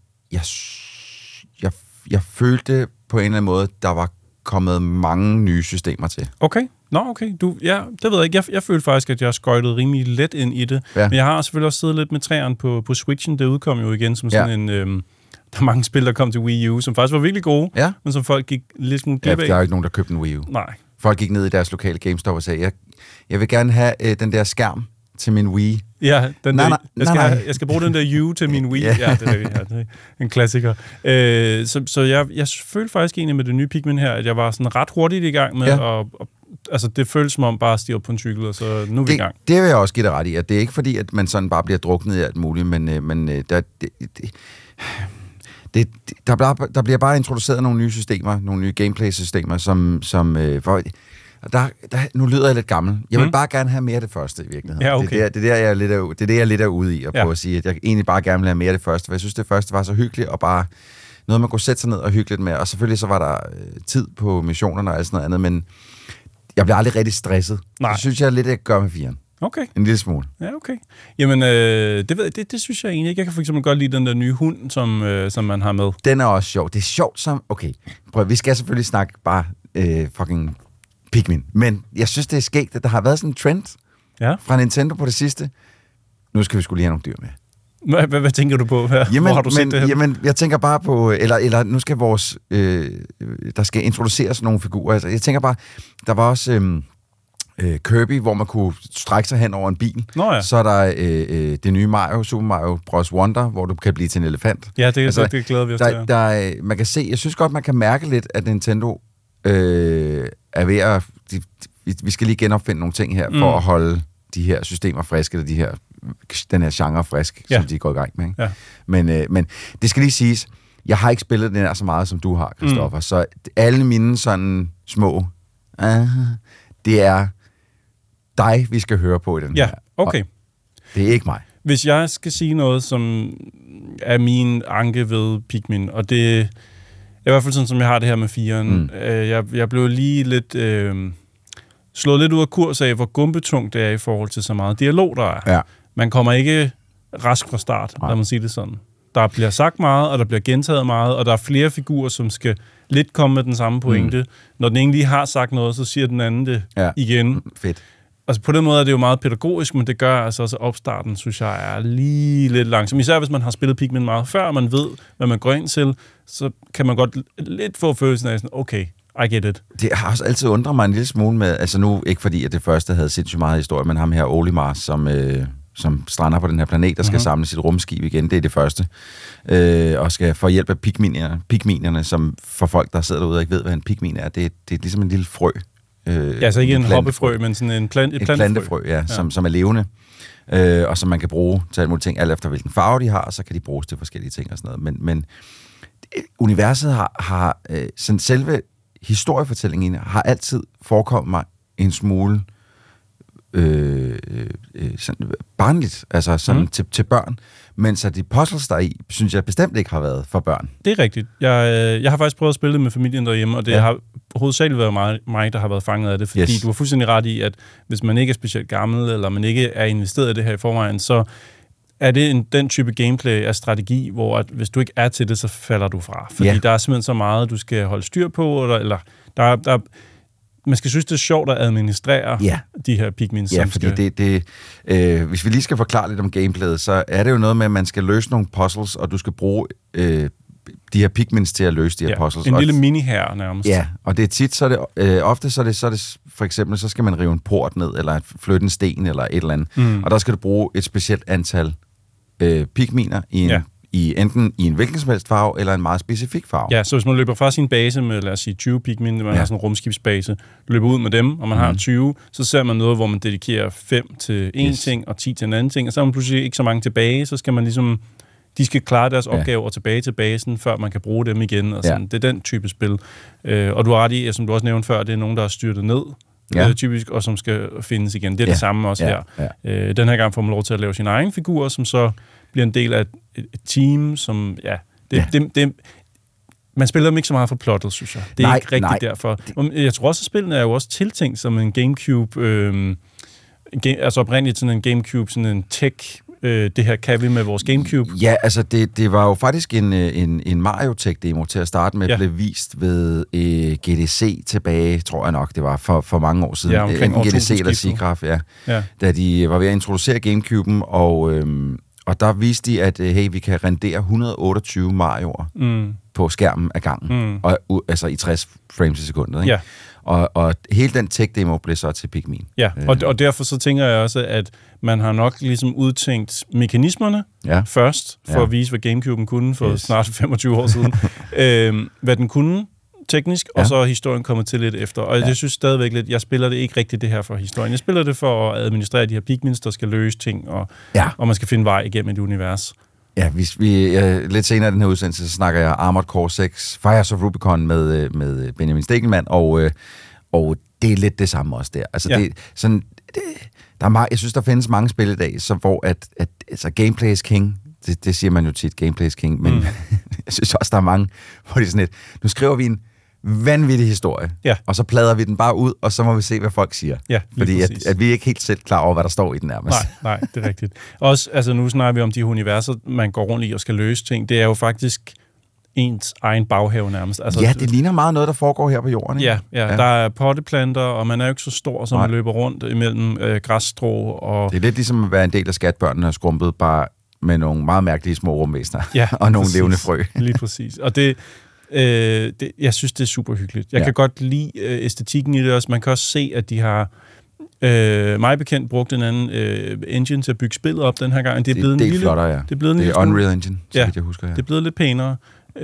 Speaker 5: jeg følte på en eller anden måde, der var kommet mange nye systemer til.
Speaker 6: Okay. Okay. Det ved jeg ikke. Jeg følte faktisk, at jeg skøjtede rimelig let ind i det. Ja. Men jeg har selvfølgelig også siddet lidt med 3'eren på Switchen. Det udkom jo igen som sådan en... der er mange spil, der kom til Wii U, som faktisk var virkelig gode, men som folk gik lidt smule glip af.
Speaker 5: Der er jo ikke nogen, der købte en Wii U.
Speaker 6: Nej.
Speaker 5: Folk gik ned i deres lokale GameStop og sagde, jeg vil gerne have den der skærm til min Wii.
Speaker 6: Ja, jeg skal bruge den der U til min Wii. Ja, det er en klassiker. Så jeg følte faktisk egentlig med det nye Pikmin her, at jeg var sådan ret hurtigt i gang med at... Altså, det føles som om bare at stige op på en cykel, og så nu er vi i gang.
Speaker 5: Det vil jeg også give dig ret i, at det er ikke fordi, at man sådan bare bliver druknet i alt muligt, men der bliver bare introduceret nogle nye systemer, nogle nye gameplay-systemer, nu lyder jeg lidt gammel. Jeg vil bare gerne have mere af det første, i virkeligheden.
Speaker 6: Ja, okay.
Speaker 5: Det er det, jeg er lidt ude i, at prøve at sige, at jeg egentlig bare gerne vil have mere af det første, for jeg synes, det første var så hyggeligt, og bare noget, man kunne sætte sig ned og hygge lidt med, og selvfølgelig så var der tid på missionerne og alt sådan noget andet, men jeg bliver aldrig rigtig stresset. Nej. Det synes jeg er lidt, at gøre med 4'eren.
Speaker 6: Okay.
Speaker 5: En lille smule.
Speaker 6: Ja, okay. Jamen, det synes jeg egentlig ikke. Jeg kan for eksempel godt lide den der nye hund, som man har med.
Speaker 5: Den er også sjov. Det er sjovt som... Okay, prøv, vi skal selvfølgelig snakke bare fucking Pikmin. Men jeg synes, det er skægt, at der har været sådan en trend fra Nintendo på det sidste. Nu skal vi skulle lige have nogle dyr med.
Speaker 6: Hvad tænker du på? Hvor har du set det her?
Speaker 5: Jamen, jeg tænker bare på... Eller nu skal vores... der skal introduceres nogle figurer. Altså, jeg tænker bare... Der var også... Kirby, hvor man kunne strække sig hen over en bil. Så er der det nye Mario, Super Mario Bros. Wonder, hvor du kan blive til en elefant.
Speaker 6: Ja, det glæder vi os til.
Speaker 5: Man kan se, jeg synes godt, man kan mærke lidt, at Nintendo er ved at... Vi skal lige genopfinde nogle ting her, for at holde de her systemer friske, eller de her den her genre frisk, som de går i gang med. Ikke?
Speaker 6: Ja.
Speaker 5: Men det skal lige siges, jeg har ikke spillet den her så meget, som du har, Christoffer. Så alle mine sådan små, det er dig, vi skal høre på i den her.
Speaker 6: Ja, okay.
Speaker 5: Og det er ikke mig.
Speaker 6: Hvis jeg skal sige noget, som er min anke ved Pikmin, og det er i hvert fald sådan, som jeg har det her med 4'eren. Jeg blev lige lidt slået lidt ud af kurs af, hvor gumbetungt det er i forhold til så meget dialog, der er.
Speaker 5: Ja.
Speaker 6: Man kommer ikke rask fra start, lad mig sige det sådan. Der bliver sagt meget, og der bliver gentaget meget, og der er flere figurer, som skal lidt komme med den samme pointe. Når den ene lige har sagt noget, så siger den anden det igen.
Speaker 5: Fedt.
Speaker 6: Altså på den måde er det jo meget pædagogisk, men det gør altså også opstarten, synes jeg, er lige lidt langsom. Især hvis man har spillet Pikmin meget før, og man ved, hvad man går ind til, så kan man godt lidt få følelsen af sådan, okay, I get it.
Speaker 5: Det har også altid undret mig en lille smule med, altså nu ikke fordi, at det første havde sindssygt meget historie, men ham her Olimar, som strander på den her planet og skal samle sit rumskib igen, det er det første, og skal få hjælp af pigminerne, som for folk, der sidder derude og ikke ved, hvad en pigmin er, det er ligesom en lille frø.
Speaker 6: Altså ikke en hoppefrø, men sådan et
Speaker 5: plantefrø, ja. Som er levende, og som man kan bruge til alle mulige ting, alt efter hvilken farve de har, så kan de bruges til forskellige ting og sådan noget. Men universet har sådan selve historiefortællingen har altid forekommet mig en smule sådan barnligt, altså sådan til børn, mens at de puzzles der i, synes jeg bestemt ikke har været for børn.
Speaker 6: Det er rigtigt. Jeg har faktisk prøvet at spille det med familien derhjemme, og det har hovedsageligt været mig, der har været fanget af det, fordi du har fuldstændig ret i, at hvis man ikke er specielt gammel, eller man ikke er investeret i det her i forvejen, så er det den type gameplay af strategi, hvor at hvis du ikke er til det, så falder du fra. Fordi der er simpelthen så meget, du skal holde styr på, eller der man skal synes, det er sjovt at administrere de her Pikmin.
Speaker 5: Ja, fordi hvis vi lige skal forklare lidt om gameplayet, så er det jo noget med, at man skal løse nogle puzzles, og du skal bruge de her Pikmins til at løse de her puzzles.
Speaker 6: En lille mini-her nærmest.
Speaker 5: Ja, og det er tit, så er det, ofte så er det for eksempel, så skal man rive en port ned, eller flytte en sten, eller et eller andet. Og der skal du bruge et specielt antal Pikminer i enten i en hvilken som helst farve, eller en meget specifik farve.
Speaker 6: Ja, så hvis man løber fra sin base med, lad os sige, 20 Pikmin, man har sådan en rumskibsbase, løber ud med dem, og man har 20, så ser man noget, hvor man dedikerer 5 til en ting, og 10 til en anden ting, og så har man pludselig ikke så mange tilbage, så skal man ligesom, de skal klare deres opgaver tilbage til basen, før man kan bruge dem igen, og sådan. Det er den type spil. Og du har ret i, som du også nævnte før, det er nogen, der er styrtet ned, typisk, og som skal findes igen. Det er det samme også her. Den her gang får man lov til at lave sin egen figur, som så bliver en del af et team, som, man spiller dem ikke så meget for plottet, synes jeg. Det er ikke rigtigt derfor. Jeg tror også, at spillene er jo også tiltænkt som en GameCube, altså oprindeligt sådan en GameCube, sådan en tech, det her kan vi med vores GameCube.
Speaker 5: Ja, altså det var jo faktisk en Mario Tech-demo til at starte med, blev vist ved GDC tilbage, tror jeg nok, det var for mange år siden.
Speaker 6: Ja, omkring år
Speaker 5: GDC eller Seagraph, da de var ved at introducere GameCuben, og der viste de, at hey, vi kan rendere 128 Mario'er på skærmen ad gangen, og, altså i 60 frames i sekundet. Ikke? Ja. Og hele den tech-demo blev så til Pikmin.
Speaker 6: Ja, og derfor så tænker jeg også, at man har nok ligesom udtænkt mekanismerne først, for at vise, hvad GameCube'en kunne for snart 25 år siden. Hvad den kunne teknisk, og så er historien kommet til lidt efter. Og jeg synes stadigvæk lidt, jeg spiller det ikke rigtigt det her for historien. Jeg spiller det for at administrere de her Pikmins, der skal løse ting, og man skal finde vej igennem et univers.
Speaker 5: Ja, hvis vi lidt senere i den her udsendelse, så snakker jeg Armored Core 6, Fires of Rubicon med Benjamin Stegelmann, og det er lidt det samme også der. Altså det sådan, der er meget, jeg synes, der findes mange spil i dag, så hvor at altså gameplay is king. Det siger man jo tit, gameplay is king, men jeg synes også, der er mange, hvor det er sådan lidt, nu skriver vi en vanvittig historie, og så plader vi den bare ud, og så må vi se, hvad folk siger.
Speaker 6: Ja,
Speaker 5: fordi at vi er ikke helt selv klar over, hvad der står i den nærmest.
Speaker 6: Nej, det er rigtigt. Også, altså nu snakker vi om de universer, man går rundt i og skal løse ting. Det er jo faktisk ens egen baghave nærmest. Altså,
Speaker 5: ja, det ligner meget noget, der foregår her på jorden. Ikke?
Speaker 6: Ja, der er potteplanter, og man er jo ikke så stor, som man løber rundt imellem græsstrå. Og
Speaker 5: det er lidt ligesom at være en del af skatbørnene og skrumpet bare med nogle meget mærkelige små rumvæsener og nogle levende frø.
Speaker 6: Lige præcis. Og det, jeg synes, det er super hyggeligt. Jeg kan godt lide æstetikken i det også. Man kan også se, at de har mig bekendt brugt en anden engine til at bygge spillet op den her gang. Det er blevet en lille
Speaker 5: flottere, ja. Det er Unreal Engine, så vidt jeg husker.
Speaker 6: Det er blevet lidt pænere.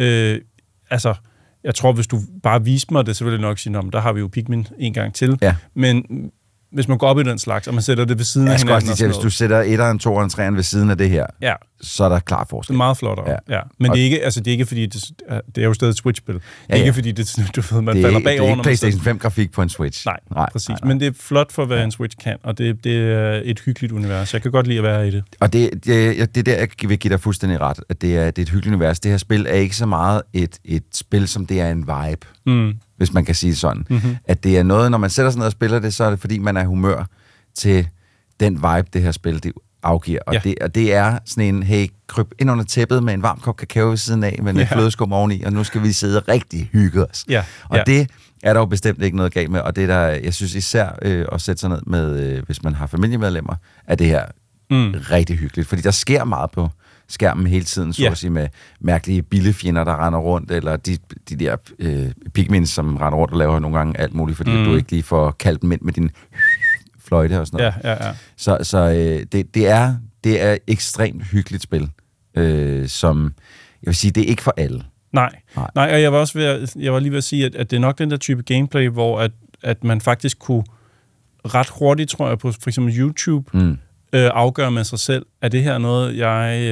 Speaker 6: Altså, jeg tror, hvis du bare viste mig det, så ville jeg nok sige, der har vi jo Pikmin en gang til. Ja. Men hvis man går op i den slags, og man sætter det ved siden af hinanden.
Speaker 5: Jeg skal også hvis du sætter 1'eren, 2'eren, 3'eren ved siden af det her, så er der klar forskel.
Speaker 6: Det er meget flottere, ja. Men det er ikke, det er ikke fordi, det er jo stadig et Switch-spil. Det er ikke fordi, man falder bagover.
Speaker 5: Det er ikke PlayStation 5-grafik på en Switch.
Speaker 6: Nej, præcis. Men det er flot for, hvad en Switch kan, og det er et hyggeligt univers. Jeg kan godt lide at være i det. Og det er der, jeg vil give dig fuldstændig ret, at det er et hyggeligt univers. Det her spil er ikke så meget et spil, som det er en vibe, hvis man kan sige det sådan. Mm-hmm. At det er noget, når man sætter sig ned og spiller det, så er det fordi, man er humør til den vibe, det her spil det afgiver. Og det er sådan en, hey, kryb ind under tæppet med en varm kop kakao ved siden af, med en flødeskum oveni, og nu skal vi sidde og rigtig hygge os. Det er der jo bestemt ikke noget galt med, og det der, jeg synes især at sætte sig ned med, hvis man har familiemedlemmer, er det her rigtig hyggeligt, fordi der sker meget på skærmen hele tiden, så at sige, med mærkelige billefjender, der render rundt, eller de der pigmins, som render rundt og laver nogle gange alt muligt, fordi du ikke lige får kaldt dem ind med din fløjte og sådan noget. Så det er ekstremt hyggeligt spil, som, jeg vil sige, det er ikke for alle. Nej, og jeg var lige ved at sige, at det er nok den der type gameplay, hvor at man faktisk kunne ret hurtigt, tror jeg, på for eksempel YouTube, afgøre med sig selv, er det her noget, jeg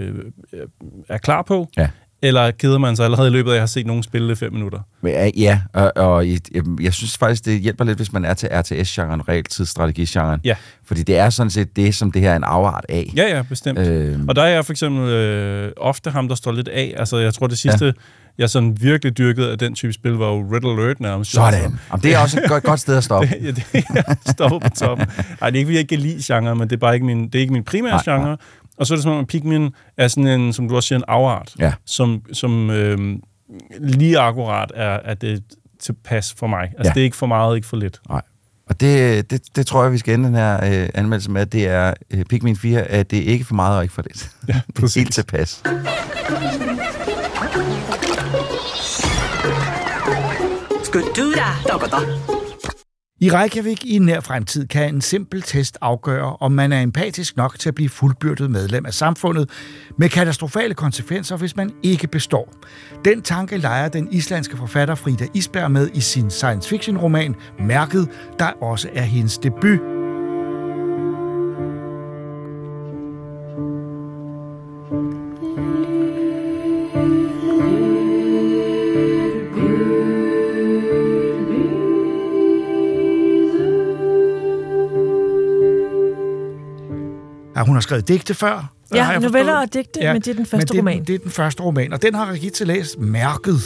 Speaker 6: er klar på? Ja. Eller keder man sig allerede i løbet af, at jeg har set nogen spille det 5 minutter?
Speaker 5: Ja, og jeg synes faktisk, det hjælper lidt, hvis man er til RTS-genren, realtidsstrategigenren. Ja. Fordi det er sådan set det, som det her er en afart af.
Speaker 6: Ja, bestemt. Og der er jeg for eksempel ofte ham, der står lidt af. Altså, jeg tror, det sidste, jeg sådan virkelig dyrkede af den type spil, var jo Red Alert nærmest.
Speaker 5: Sådan. Det er også et godt sted at stoppe.
Speaker 6: Stoppe på toppen. Ej, det er ikke, fordi jeg ikke kan lide genre, men det er bare ikke min primære genre. Nej. Og så er det som om, at Pikmin er sådan en, som du også siger, en afart, som lige akkurat er det tilpas for mig. Altså, det er ikke for meget, ikke for lidt.
Speaker 5: Nej. Og det tror jeg, vi skal ende den her anmeldelse med, at det er Pikmin 4, at det er ikke for meget og ikke for lidt. Ja, præcis. Helt tilpas.
Speaker 2: I Reykjavik i nær fremtid kan en simpel test afgøre, om man er empatisk nok til at blive fuldbyrdet medlem af samfundet, med katastrofale konsekvenser, hvis man ikke består. Den tanke leger den islandske forfatter Frida Isberg med i sin science fiction roman Mærket, der også er hendes debut. Ja, hun har skrevet digte før.
Speaker 7: Ja, noveller og digte, men det er den første roman.
Speaker 2: Det er den første roman, og den har Regitze læst Mærket.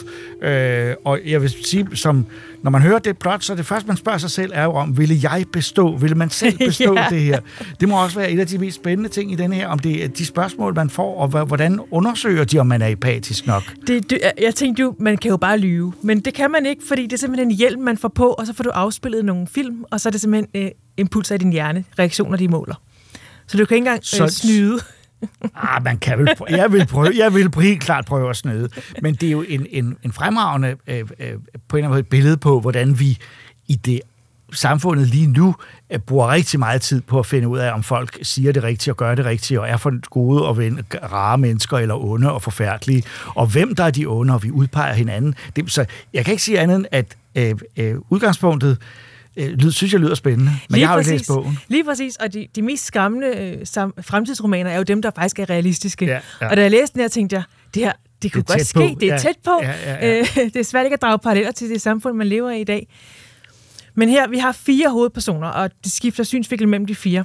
Speaker 2: Og jeg vil sige, som når man hører det plot, så det første, man spørger sig selv, er jo om, ville jeg bestå? Ville man selv bestå det her? Det må også være et af de mest spændende ting i denne her, om det er de spørgsmål, man får, og hvordan undersøger de, om man er empatisk nok?
Speaker 7: Jeg tænkte jo, man kan jo bare lyve, men det kan man ikke, fordi det er simpelthen en hjelm, man får på, og så får du afspillet nogle film, og så er det simpelthen impulser i din hjerne, reaktioner, de måler. Så du kan ikke engang snyde.
Speaker 2: Man kan vel jeg vil helt klart prøve at snyde. Men det er jo en fremragende på en eller anden måde et billede på, hvordan vi i det samfundet lige nu bruger rigtig meget tid på at finde ud af, om folk siger det rigtige og gør det rigtige, og er for gode og rare mennesker, eller onde og forfærdelige, og hvem der er de onde, og vi udpeger hinanden. Så jeg kan ikke sige andet end, at udgangspunktet synes jeg lyder spændende, men lige jeg har jo ikke læst bogen.
Speaker 7: Lige præcis, og de mest skræmmende fremtidsromaner er jo dem, der faktisk er realistiske. Ja. Og da jeg læste den her, tænkte jeg, det kunne godt ske, det er tæt på. Ja. Det er svært ikke at drage paralleller til det samfund, man lever i dag. Men her, vi har 4 hovedpersoner, og det skifter synsvinkel mellem de 4.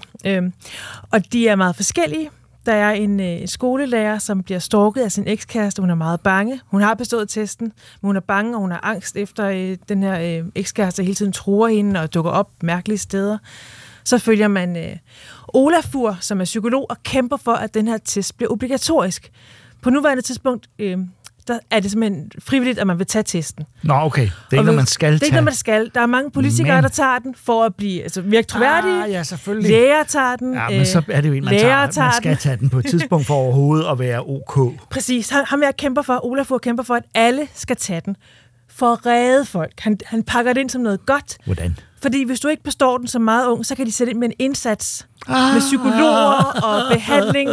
Speaker 7: Og de er meget forskellige. Der er en skolelærer, som bliver stalket af sin ekskæreste. Hun er meget bange. Hun har bestået testen, men hun er bange, og hun har angst efter den her ekskæreste hele tiden truer hende og dukker op mærkelige steder. Så følger man Olafur, som er psykolog, og kæmper for, at den her test bliver obligatorisk. På nuværende tidspunkt der er det simpelthen frivilligt, at man vil tage testen.
Speaker 2: Nå, okay. Det er ikke noget, man skal tage.
Speaker 7: Det er ikke noget, man skal. Der er mange politikere, der tager den for at blive virke troværdige.
Speaker 2: Ja, selvfølgelig.
Speaker 7: Læger tager den.
Speaker 2: Ja, men så er det jo en, man skal tage den på et tidspunkt for overhovedet at være ok.
Speaker 7: Præcis. Ham jeg kæmper for, Olafur kæmper for, at alle skal tage den. For at redde folk. Han pakker det ind som noget godt.
Speaker 2: Hvordan?
Speaker 7: Fordi hvis du ikke består den som meget ung, så kan de sætte ind med en indsats med psykologer og behandling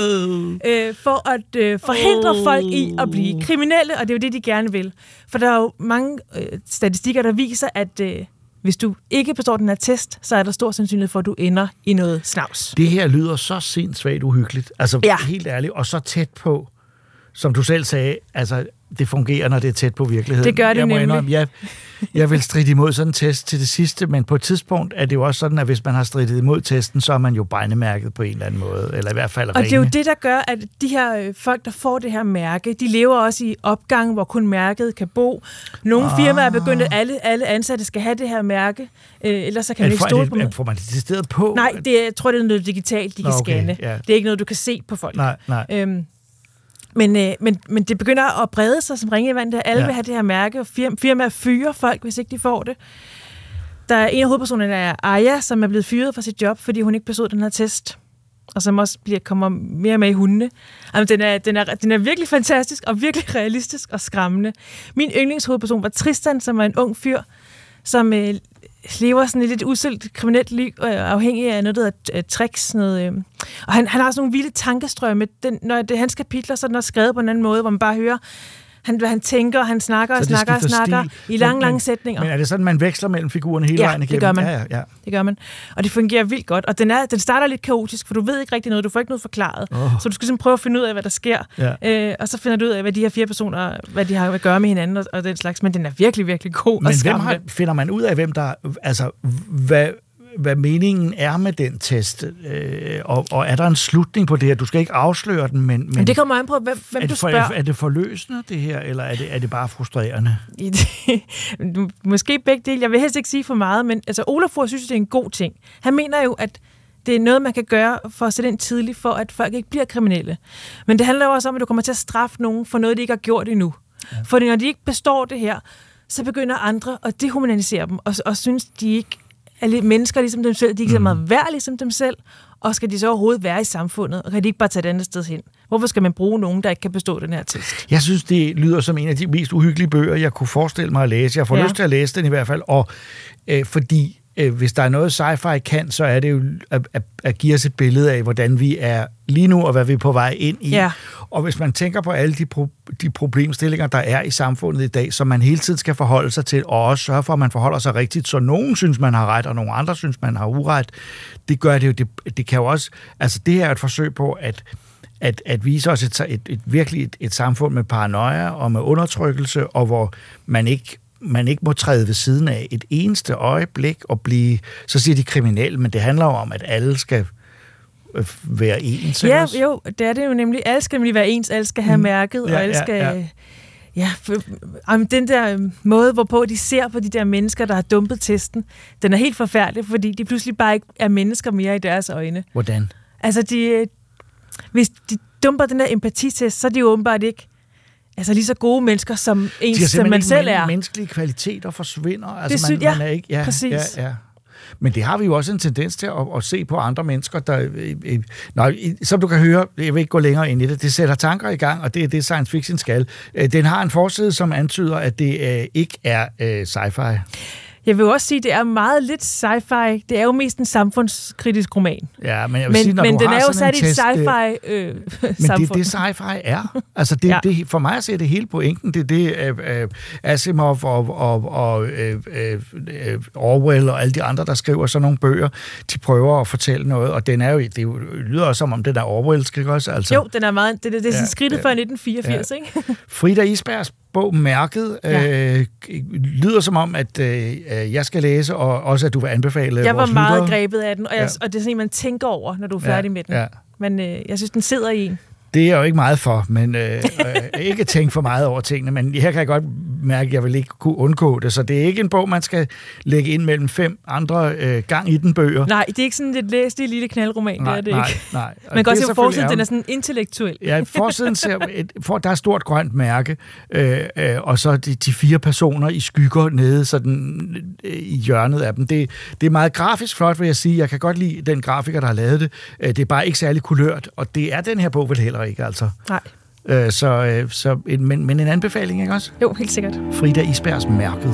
Speaker 7: for at forhindre folk i at blive kriminelle, og det er jo det, de gerne vil. For der er jo mange statistikker, der viser, at hvis du ikke består den her test, så er der stor sandsynlighed for, at du ender i noget snavs.
Speaker 2: Det her lyder så sindssygt uhyggeligt. Altså, helt ærligt, og så tæt på, som du selv sagde, altså, det fungerer, når det er tæt på virkeligheden.
Speaker 7: Det gør det nemlig.
Speaker 2: Jeg vil stride imod sådan en test til det sidste, men på et tidspunkt er det jo også sådan, at hvis man har stridet imod testen, så er man jo brændemærket på en eller anden måde, eller i hvert fald ringe.
Speaker 7: Og det er jo det, der gør, at de her folk, der får det her mærke, de lever også i opgang, hvor kun mærket kan bo. Nogle firmaer er begyndt, at alle ansatte skal have det her mærke, ellers så kan man ikke stole på dem.
Speaker 2: Får man det til stedet på?
Speaker 7: Nej, jeg tror, det er noget digitalt, de kan scanne. Ja. Det er ikke noget, du kan se på folk.
Speaker 2: Nej.
Speaker 7: Men det begynder at brede sig som ringe i vandet. Alle vil have det her mærke, og firmaer fyrer folk, hvis ikke de får det. Der er en af hovedpersonerne, er Aya, som er blevet fyret fra sit job, fordi hun ikke bestod den her test. Og som også kommer mere med i hundene. Altså, den er virkelig fantastisk, og virkelig realistisk og skræmmende. Min yndlingshovedperson var Tristan, som var en ung fyr, som lever sådan et lidt uselt kriminelt liv, afhængig af noget, der hedder tricks. Noget, og han har sådan nogle vilde tankestrømme. Når det er hans kapitler, så er den også skrevet på en anden måde, hvor man bare hører, hvad han tænker, han snakker og snakker i lange sætninger.
Speaker 2: Men er det sådan, man veksler mellem figurerne hele vejen igennem?
Speaker 7: Det gør man. Ja, det gør man. Og det fungerer vildt godt. Og den starter lidt kaotisk, for du ved ikke rigtig noget, du får ikke noget forklaret. Så du skal simpelthen prøve at finde ud af, hvad der sker. Ja. Og så finder du ud af, hvad de her 4 personer, hvad de har at gøre med hinanden og den slags. Men den er virkelig, virkelig god og skræmmende. Men
Speaker 2: finder man ud af, hvem der... Altså, hvad meningen er med den test, og er der en slutning på det her? Du skal ikke afsløre den, men
Speaker 7: det kommer an på, hvem du spørger.
Speaker 2: Er det forløsende, det her, eller er det bare frustrerende?
Speaker 7: Måske begge dele. Jeg vil helst ikke sige for meget, men altså, Olafur synes, det er en god ting. Han mener jo, at det er noget, man kan gøre for at sætte ind tidligt, for at folk ikke bliver kriminelle. Men det handler jo også om, at du kommer til at straffe nogen for noget, de ikke har gjort endnu. Fordi når de ikke består det her, så begynder andre at dehumanisere dem, og synes, de ikke er mennesker ligesom dem selv, de er ikke så meget værd ligesom dem selv, og skal de så overhovedet være i samfundet, og kan de ikke bare tage et andet sted hen? Hvorfor skal man bruge nogen, der ikke kan bestå den her test?
Speaker 2: Jeg synes, det lyder som en af de mest uhyggelige bøger, jeg kunne forestille mig at læse. Jeg får lyst til at læse den i hvert fald, og fordi hvis der er noget sci-fi kan, så er det jo at give os et billede af, hvordan vi er lige nu, og hvad vi er på vej ind i. Ja. Og hvis man tænker på alle de problemstillinger, der er i samfundet i dag, som man hele tiden skal forholde sig til, og også sørge for, at man forholder sig rigtigt, så nogen synes, man har ret, og nogle andre synes, man har uret, det gør det jo, det kan jo også, altså det her er et forsøg på, at vise os et samfund med paranoia og med undertrykkelse, og hvor man ikke må træde ved siden af et eneste øjeblik og blive, så siger de kriminelle, men det handler jo om, at alle skal være ens.
Speaker 7: Ja, jo, det er det jo nemlig. Alle skal nemlig være ens, alle skal have mærket, og alle skal... den der måde, hvorpå de ser på de der mennesker, der har dumpet testen, den er helt forfærdelig, fordi de pludselig bare ikke er mennesker mere i deres øjne.
Speaker 2: Hvordan?
Speaker 7: Altså, hvis de dumper den der empatitest, så er de jo åbenbart ikke lige så gode mennesker, som man selv er.
Speaker 2: Menneskelige kvaliteter forsvinder. Altså, man er ikke... Ja, præcis. Ja. Men det har vi jo også en tendens til at se på andre mennesker, der... som du kan høre, jeg vil ikke gå længere ind i det, det sætter tanker i gang, og det er det, science fiction skal. Den har en forside, som antyder, at det ikke er sci-fi.
Speaker 7: Jeg vil også sige, at det er meget lidt sci-fi. Det er jo mest en samfundskritisk roman.
Speaker 2: Ja, men jeg vil sige, når du
Speaker 7: den
Speaker 2: har
Speaker 7: er jo sat i et
Speaker 2: sci-fi men det sci-fi er. Altså, det, for mig ser det hele pointen. Det er Asimov og Orwell og alle de andre, der skriver sådan nogle bøger. De prøver at fortælle noget, og den er jo, det lyder også som om den er Orwellsk, ikke også? Altså,
Speaker 7: jo, den er meget... Det er sådan skridtet fra 1984, ikke?
Speaker 2: Frida Isbergs bog Mærket lyder som om, at jeg skal læse, og også at du vil anbefale
Speaker 7: jeg
Speaker 2: vores
Speaker 7: var meget
Speaker 2: lyttere.
Speaker 7: grebet af den, og det er sådan en, man tænker over, når du er færdig med den. Ja. Men jeg synes, den sidder i en.
Speaker 2: Det er jeg jo ikke meget for, men ikke tænke for meget over tingene, men her kan jeg godt mærke, at jeg vil ikke kunne undgå det, så det er ikke en bog, man skal lægge ind mellem 5 andre gang i den bøger.
Speaker 7: Nej, det er ikke sådan et læst lille knaldroman, det er det ikke.
Speaker 2: Nej.
Speaker 7: Man kan også se på forsiden, den er sådan intellektuel.
Speaker 2: Ja, forsiden ser, der er et stort grønt mærke, og så de 4 personer i skygger nede sådan, i hjørnet af dem. Det er meget grafisk flot, vil jeg sige. Jeg kan godt lide den grafiker, der har lavet det. Det er bare ikke særlig kulørt, og det er den her bog vel heller ikke, altså.
Speaker 7: Nej.
Speaker 2: Men en anbefaling, ikke også?
Speaker 7: Jo, helt sikkert.
Speaker 2: Frida Isbergs Mærket.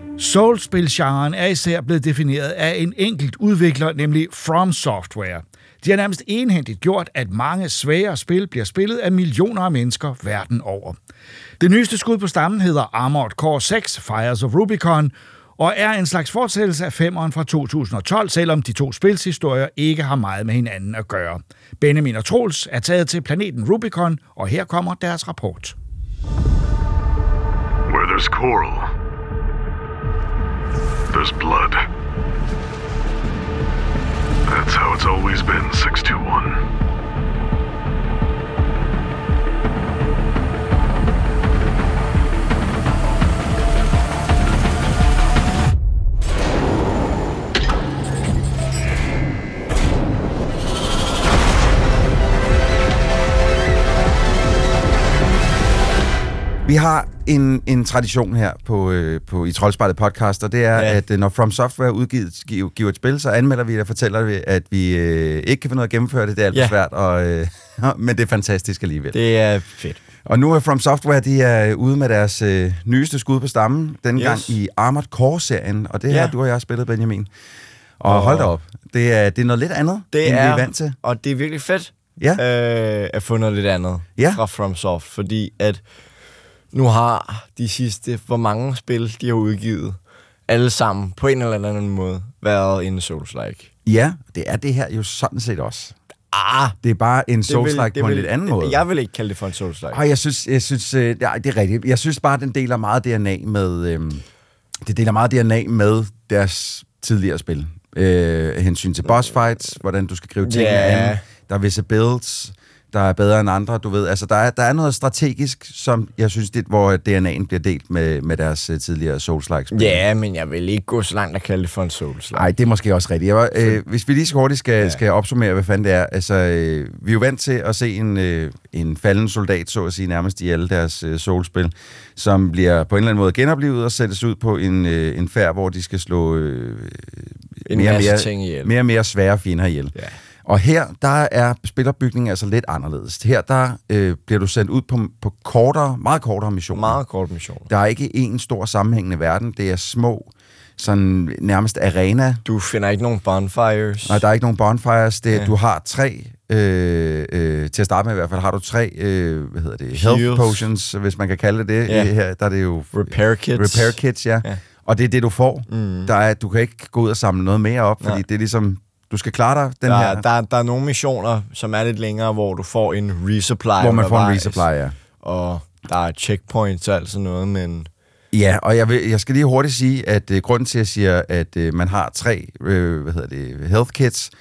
Speaker 2: Soulspil-genren er især blevet defineret af en enkelt udvikler, nemlig From Software. De har nærmest enhændigt gjort, at mange svære spil bliver spillet af millioner af mennesker verden over. Det nyeste skud på stammen hedder Armored Core 6 Fires of Rubicon, og er en slags fortsættelse af 5'eren fra 2012, selvom de to spilshistorier ikke har meget med hinanden at gøre. Benjamin og Troels er taget til planeten Rubicon, og her kommer deres rapport.
Speaker 8: Where there's coral, there's blood. That's how it's always been, 621.
Speaker 5: Vi har en tradition her på i Troldspejlet podcast, og det er, at når From Software giver et spil, så anmelder vi det og fortæller vi, at vi ikke kan finde ud af at gennemføre det. Det er alt for svært, men det er fantastisk alligevel.
Speaker 9: Det er fedt.
Speaker 5: Og nu er From Software, de er ude med deres nyeste skud på stammen, denne gang i Armored Core-serien, og det har du og jeg spillet, Benjamin. Og hold da op, det er noget lidt andet, end vi er vant til.
Speaker 9: Og det er virkelig fedt at få noget lidt andet fra From Soft, fordi at nu har de sidste, hvor mange spil de har udgivet, alle sammen på en eller anden måde været en Souls-like. Ja,
Speaker 5: det er det her jo sådan set også. Det er bare en Souls-like på en lidt anden måde.
Speaker 9: Jeg vil ikke kalde det for en Souls-like.
Speaker 5: Og jeg synes det er rigtigt. Jeg synes bare, den deler meget DNA med, deres tidligere spil. Hensyn til boss fights, hvordan du skal gribe tingene an. Der er visse builds, der er bedre end andre, du ved. Altså, der er noget strategisk, som jeg synes, hvor DNA'en bliver delt med deres tidligere Souls-like-spil.
Speaker 9: Ja, men jeg vil ikke gå så langt at kalde det for en Souls-like.
Speaker 5: Nej, det er måske også rigtigt. Hvis vi lige så hurtigt skal opsummere, hvad fanden det er. Altså, vi er jo vant til at se en falden soldat, så at sige, nærmest i alle deres Souls-spil, som bliver på en eller anden måde genoplivet og sættes ud på en færd, hvor de skal slå mere og mere svære fjender ihjel. Ja. Og her, der er spillerbygningen altså lidt anderledes. Her, der bliver du sendt ud på meget kortere missioner.
Speaker 9: Meget korte missioner.
Speaker 5: Der er ikke en stor sammenhængende verden. Det er små, sådan nærmest arena.
Speaker 9: Du finder ikke nogen bonfires.
Speaker 5: Nej, der er ikke nogen bonfires. Du har 3, til at starte med i hvert fald, har du 3, health potions, hvis man kan kalde det. Her, der er det jo
Speaker 9: repair kits,
Speaker 5: ja. Og det er det, du får. Du kan ikke gå ud og samle noget mere op, fordi det er ligesom... Du skal klare dig den her.
Speaker 9: Der er nogle missioner, som er lidt længere, hvor du får en resupply.
Speaker 5: Hvor man får en resupply, ja.
Speaker 9: Og der er checkpoints og alt sådan noget, men...
Speaker 5: Ja, og jeg skal lige hurtigt sige, at grunden til, at jeg siger, at man har 3 health kits,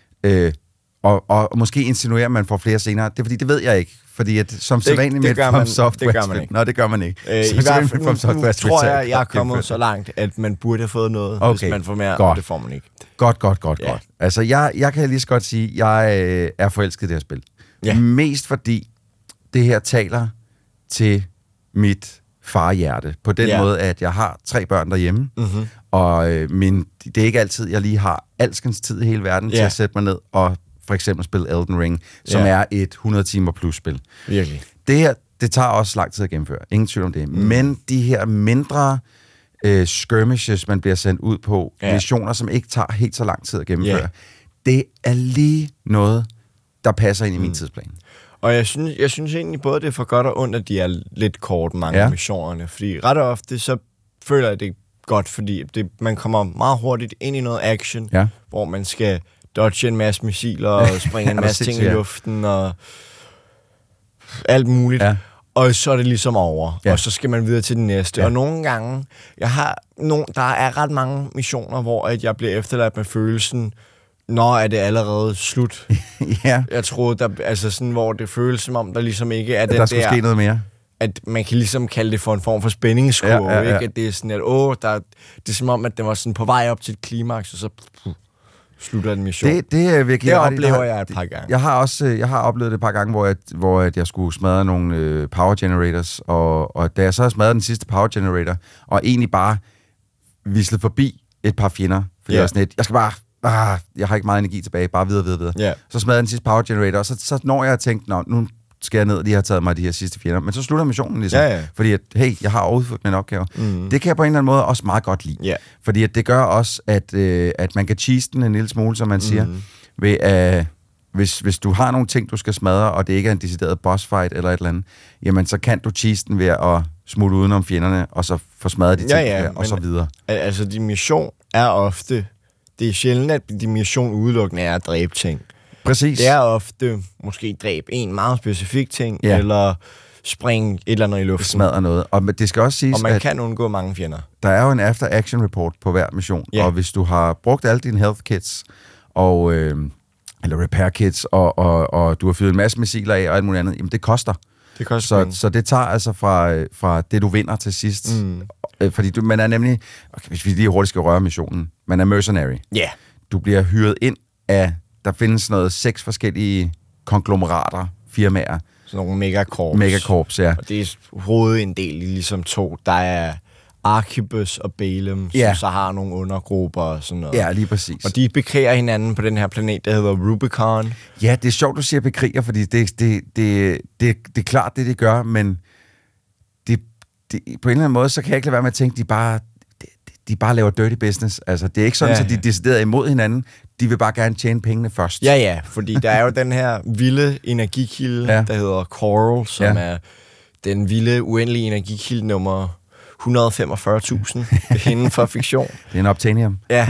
Speaker 5: og måske insinuerer, at man får flere senere, det er fordi, det ved jeg ikke. Fordi at, som sædvanligt med From Software...
Speaker 9: Det gør man ikke.
Speaker 5: Nå, det gør man ikke.
Speaker 9: I hvert fald tror jeg er kommet så langt, at man burde have fået noget, hvis man får mere, og det får man ikke.
Speaker 5: Godt. Altså, jeg kan lige så godt sige, at jeg er forelsket i det her spil. Ja. Mest fordi det her taler til mit farhjerte. På den måde, at jeg har 3 børn derhjemme, og det er ikke altid, jeg lige har alskens tid i hele verden til at sætte mig ned og for eksempel spille Elden Ring, som er et 100 timer plus spil.
Speaker 9: Virkelig.
Speaker 5: Det her, det tager også lang tid at gennemføre. Ingen tvivl om det. Men de her mindre skirmishes, man bliver sendt ud på, missioner, som ikke tager helt så lang tid at gennemføre, det er lige noget, der passer ind i min tidsplan.
Speaker 9: Og jeg synes egentlig både, det er for godt og ondt, at de er lidt kort, mange af missionerne. Fordi ret ofte, så føler jeg, det er godt, fordi man kommer meget hurtigt ind i noget action, hvor man skal dodge en masse missiler og springe en masse ting i luften og alt muligt. Ja. Og så er det ligesom over, og så skal man videre til den næste. Og nogle gange, der er ret mange missioner, hvor at jeg bliver efterladt med følelsen, når er det allerede slut. Jeg troede, hvor det føles som om, der ligesom ikke er den der...
Speaker 5: Der skulle ske noget mere.
Speaker 9: At man kan ligesom kalde det for en form for spændingskurve, ikke? At det er sådan, at det er som om, at det var sådan på vej op til et klimaks, og så slutter en mission.
Speaker 5: Det er virkelig...
Speaker 9: Det oplever jeg et par gange.
Speaker 5: Jeg har oplevet det et par gange, hvor jeg skulle smadre nogle power generators, og da jeg så har smadret den sidste power generator, og egentlig bare vislet forbi et par fjender, fordi jeg var sådan et, jeg skal bare... jeg har ikke meget energi tilbage, bare videre. Yeah. Så smadrer den sidste power generator, og så når jeg har tænkt, nu skal jeg ned og lige have taget mig de her sidste fjender. Men så slutter missionen ligesom. Fordi at, hey, jeg har udført min opgave. Det kan jeg på en eller anden måde også meget godt lide. Yeah. Fordi at det gør også, at man kan cheese den en lille smule, som man siger, ved at hvis du har nogle ting, du skal smadre, og det ikke er en decideret boss fight eller et eller andet, jamen så kan du cheese den ved at smutte udenom fjenderne, og så få smadret de ting, og så videre.
Speaker 9: Altså, din mission er ofte... Det er sjældent, at din mission udelukkende er at dræbe ting.
Speaker 5: Præcis.
Speaker 9: Det er ofte måske dræbe en meget specifik ting, eller springe et eller andet i luften.
Speaker 5: Smadre noget. Og det skal også siges,
Speaker 9: og man kan undgå mange fjender.
Speaker 5: Der er jo en after-action report på hver mission, og hvis du har brugt alle dine health kits, og, eller repair kits, og du har fyret en masse missiler af, og alt muligt andet, jamen det koster.
Speaker 9: Det koster
Speaker 5: så det tager altså fra det, du vinder til sidst. Fordi man er nemlig, hvis vi lige hurtigt skal røre missionen, man er mercenary.
Speaker 9: Ja.
Speaker 5: Du bliver hyret ind af, der findes 6 forskellige konglomerater, firmaer.
Speaker 9: Sådan nogle megakorps.
Speaker 5: Megakorps, ja.
Speaker 9: Og det er hovedinddelt i ligesom 2. Der er Arquebus og Balaam, som så har nogle undergrupper og sådan noget.
Speaker 5: Ja, lige præcis.
Speaker 9: Og de bekriger hinanden på den her planet, der hedder Rubicon.
Speaker 5: Ja, det er sjovt, du siger bekriger, fordi det er klart, det de gør, men det, på en eller anden måde, så kan jeg ikke lade være med at tænke, de bare laver dirty business. Altså, det er ikke sådan, at de er decideret imod hinanden. De vil bare gerne tjene pengene først.
Speaker 9: Ja, fordi der er jo den her vilde energikilde, der hedder Coral, som er den vilde, uendelige energikilde nummer 145.000 inden for fiktion.
Speaker 5: Det er en Obtainium.
Speaker 9: Ja.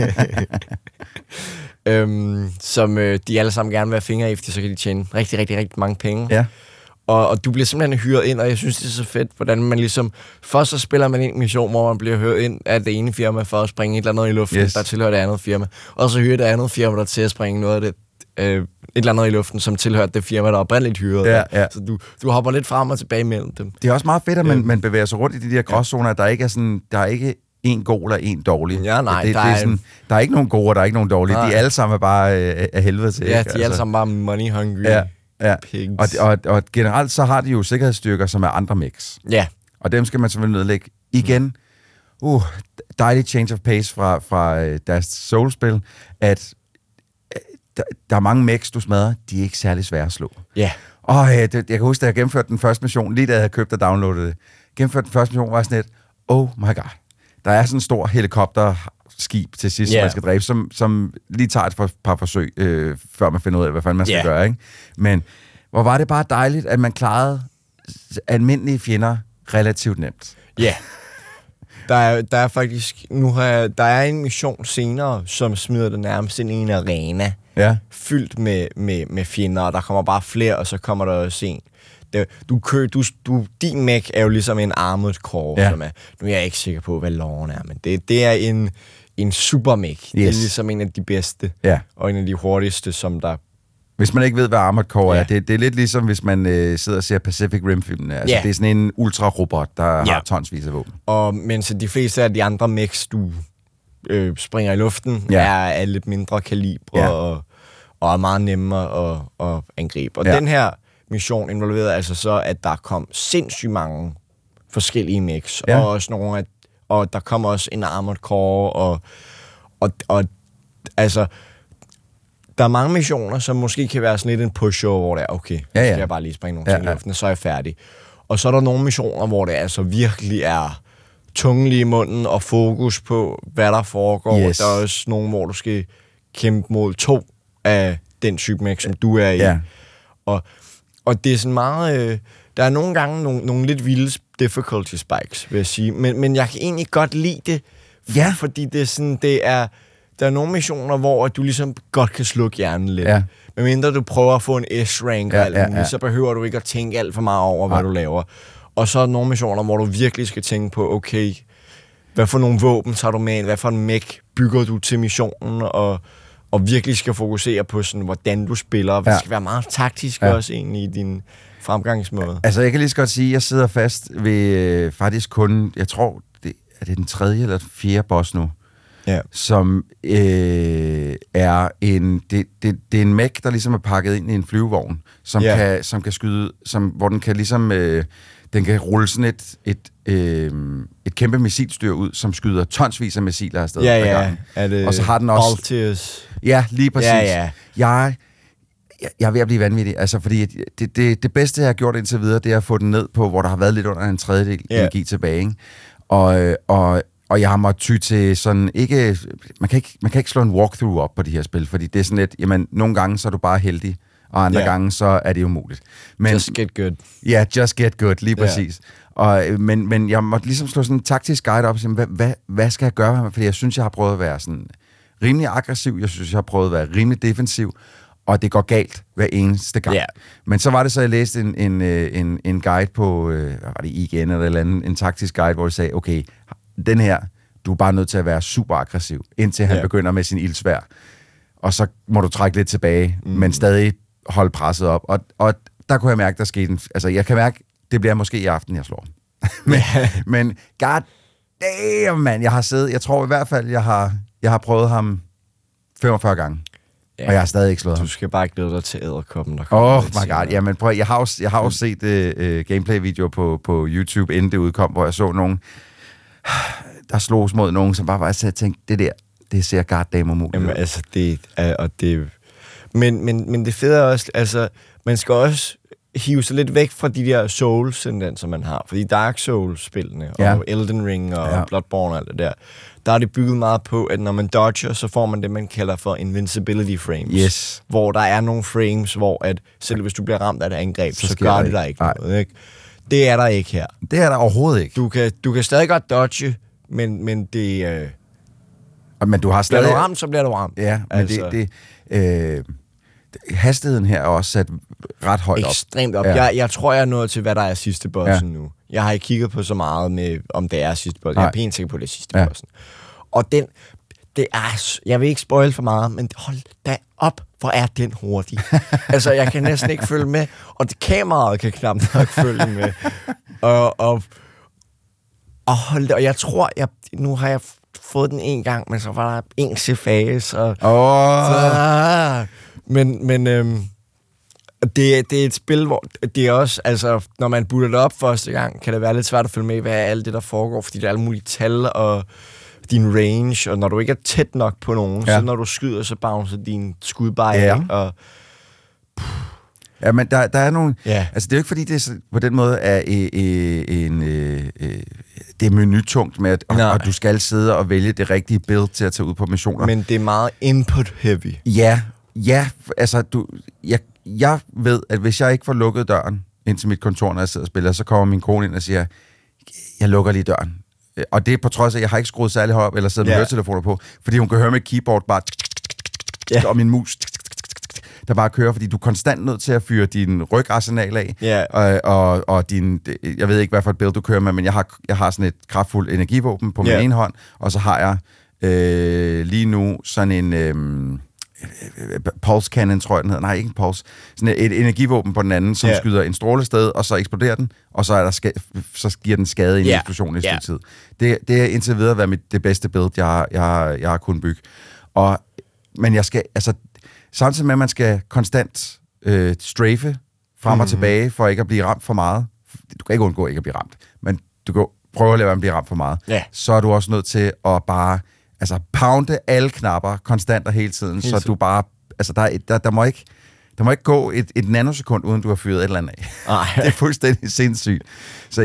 Speaker 9: Som de alle sammen gerne vil have fingre i, fordi så kan de tjene rigtig, rigtig, rigtig mange penge.
Speaker 5: Ja.
Speaker 9: Og du bliver simpelthen hyret ind, og jeg synes, det er så fedt, hvordan man ligesom... Først så spiller man en mission, hvor man bliver hyret ind af det ene firma for at springe et eller andet i luften, der tilhører det andet firma. Og så hyrer det andet firma, der til at springe noget af det, et eller andet i luften, som tilhører det firma, der er oprindeligt hyret.
Speaker 5: Ja.
Speaker 9: Så du hopper lidt frem og tilbage mellem dem.
Speaker 5: Det er også meget fedt, at man bevæger sig rundt i de der gråzoner. Der er ikke sådan... Der er ikke en god eller en dårlig.
Speaker 9: Ja, nej.
Speaker 5: Der er ikke nogen gode, og der er ikke nogen dårlige. Nej. De er alle sammen bare af helvede til.
Speaker 9: Ja, de er alle sammen bare money hungry.
Speaker 5: Ja. Og generelt så har de jo sikkerhedsstyrker, som er andre mix.
Speaker 9: Ja.
Speaker 5: Og dem skal man selvfølgelig nedlægge. Igen, dejlig change of pace fra deres Soul-spil, at der er mange mechs, du smadrer, de er ikke særlig svære at slå.
Speaker 9: Ja.
Speaker 5: Jeg kan huske, da jeg gennemførte den første mission, lige da jeg havde købt og downloadet det, gennemførte den første mission, var sådan et, oh my god, der er sådan en stor helikopterskib til sidst, som man skal dræbe, som lige tager et par forsøg, før man finder ud af, hvad fanden man skal gøre, ikke? Men hvor var det bare dejligt, at man klarede almindelige fjender relativt nemt.
Speaker 9: Ja. Der er faktisk... Der er en mission senere, som smider det nærmest ind i en arena.
Speaker 5: Ja.
Speaker 9: Fyldt med fjender, og der kommer bare flere, og så kommer der også en. Din mech er jo ligesom en armored core, som er... Nu er jeg ikke sikker på, hvad loven er, men det er en super mech. Yes. Det er ligesom en af de bedste, og en af de hurtigste, som der...
Speaker 5: Hvis man ikke ved, hvad armored core er, det er lidt ligesom, hvis man sidder og ser Pacific Rim-filmene. Altså, det er sådan en ultra-robot, der har tonsvis af våben.
Speaker 9: Og mens de fleste af de andre mechs, du springer i luften, er lidt mindre kalibre og er meget nemmere at angribe. Og den her mission involverede altså så, at der kom sindssygt mange forskellige mechs, og også nogle og der kom også en armored core, og altså... Der er mange missioner, som måske kan være sådan lidt en push-over, hvor det er, okay, så skal jeg bare lige springe nogle ting i luften, så er jeg færdig. Og så er der nogle missioner, hvor det altså virkelig er tungen i munden og fokus på, hvad der foregår. Yes. Der er også nogle, hvor du skal kæmpe mod 2 af den type mech, som du er i. Yeah. Og det er sådan meget... der er nogle gange nogle lidt vilde difficulty spikes, vil jeg sige. Men jeg kan egentlig godt lide det, fordi det er sådan, der er nogle missioner, hvor du ligesom godt kan slukke hjernen lidt. Ja. Men mindre du prøver at få en S-rank og alt muligt, så behøver du ikke at tænke alt for meget over, hvad du laver. Og så er der nogle missioner, hvor du virkelig skal tænke på, okay, hvad for nogle våben tager du med, hvad for en mech bygger du til missionen, og virkelig skal fokusere på, sådan, hvordan du spiller. Det skal være meget taktisk også egentlig i din fremgangsmåde.
Speaker 5: Altså, jeg kan lige så godt sige, at jeg sidder fast ved faktisk kun, jeg tror, er det den 3. eller 4. boss nu, som er en... Det er en mech, der ligesom er pakket ind i en flyvevogn, som kan skyde... hvor den kan ligesom... den kan rulle sådan et kæmpe missilstyr ud, som skyder tonsvis af missiler afsted. Og så har den også...
Speaker 9: Baltius.
Speaker 5: Ja, lige præcis. Jeg er ved at blive vanvittig, altså fordi det bedste, jeg har gjort indtil videre, det er at få den ned på, hvor der har været lidt under en tredjedel energi tilbage, ikke? Og Og jeg har måttet ty til sådan, ikke... Man kan ikke slå en walkthrough op på de her spil, fordi det er sådan lidt, jamen, nogle gange så er du bare heldig, og andre gange så er det umuligt. Men,
Speaker 9: just get good.
Speaker 5: Ja, just get good, lige præcis. Og, men jeg måtte ligesom slå sådan en taktisk guide op og sige, hvad skal jeg gøre? Fordi jeg synes, jeg har prøvet at være sådan rimelig aggressiv, jeg synes, jeg har prøvet at være rimelig defensiv, og det går galt hver eneste gang. Yeah. Men så var det så, jeg læste en guide på, hvad var det, IGN eller andet, en taktisk guide, hvor det sagde, okay, den her, du er bare nødt til at være super aggressiv, indtil han begynder med sin ildsværd. Og så må du trække lidt tilbage, men stadig holde presset op. Og der kunne jeg mærke, der skete altså jeg kan mærke, det bliver måske i aften, jeg slår. men god damn, man, jeg tror i hvert fald, jeg har prøvet ham 45 gange. Ja, og jeg har stadig ikke slået ham.
Speaker 9: Du skal bare glæde dig til æderkoppen, der kommer.
Speaker 5: My god. Jamen, prøv, jeg har også set gameplay-videoer på YouTube, inden det udkom, hvor jeg så nogen, der slogs mod nogen, som bare var, så jeg tænkte, det ser goddamn umuligt.
Speaker 9: Jamen, altså, men det fede er også, altså, man skal også hive sig lidt væk fra de der Souls-tendenser, man har. Fordi Dark Souls-spillene, og Elden Ring og Bloodborne og alt det der er det bygget meget på, at når man dodger, så får man det, man kalder for invincibility frames.
Speaker 5: Yes.
Speaker 9: Hvor der er nogle frames, hvor at selv hvis du bliver ramt af et angreb, så gør det der ikke noget. Ikke? Det er der ikke her.
Speaker 5: Det er der overhovedet ikke.
Speaker 9: Du kan stadig godt dodge, men det...
Speaker 5: Men du har stadig...
Speaker 9: Bliver du ramt, så bliver du ramt.
Speaker 5: Ja, men altså. Hastigheden her er også sat ret højt op.
Speaker 9: Ekstremt op. Ja. Jeg tror, jeg er nået til, hvad der er sidste bossen nu. Jeg har ikke kigget på så meget med, om det er sidste bossen. Jeg er pænt sikker på, det er sidste bossen. Og det er... Jeg vil ikke spoil for meget, men hold da op, hvor er den hurtig. Altså, jeg kan næsten ikke følge med. Og det kameraet kan knap nok følge med. Og hold da... Og jeg tror, nu har jeg fået den en gang, men så var der en C-fase. Men det er et spil, hvor det er også, altså, når man booter det op første gang, kan det være lidt svært at følge med, hvad er alt det, der foregår, fordi der er alle mulige tal og din range, og når du ikke er tæt nok på nogen, så når du skyder, så bouncer din skud bare af, og...
Speaker 5: Ja, men der er nogle... Altså, det er jo ikke, fordi det på den måde er det er menutungt med, at du skal sidde og vælge det rigtige build til at tage ud på missioner.
Speaker 9: Men det er meget input-heavy.
Speaker 5: Ja, altså, jeg ved, at hvis jeg ikke får lukket døren ind til mit kontor, når jeg sidder og spiller, så kommer min kone ind og siger, jeg lukker lige døren. Og det er på trods af, at jeg har ikke skruet særlig højt op, eller sidder med høretelefoner på, fordi hun kan høre mit keyboard bare og min mus der bare kører, fordi du er konstant nødt til at fyre din rygarsenal af, og din, jeg ved ikke, hvad for et build du kører med, men jeg har sådan et kraftfuldt energivåben på min ene hånd, og så har jeg lige nu sådan en pulse cannon, tror jeg den hedder. Nej, ikke en pulse. Sådan et energivåben på den anden, som skyder en stråle sted, og så eksploderer den, og så, så giver den skade i en eksplosion i et stykke tid. Det er indtil videre været det bedste build, jeg har kunnet bygge. Men jeg skal, altså, samtidig med, at man skal konstant strafe frem og tilbage, for ikke at blive ramt for meget. Du kan ikke undgå ikke at blive ramt, men du kan prøve at lade være med at blive ramt for meget. Så er du også nødt til at bare pounde alle knapper konstant og hele tiden, så du bare... Altså, der må ikke gå et nanosekund, uden du har fyret et eller andet af. Det er fuldstændig sindssygt. Så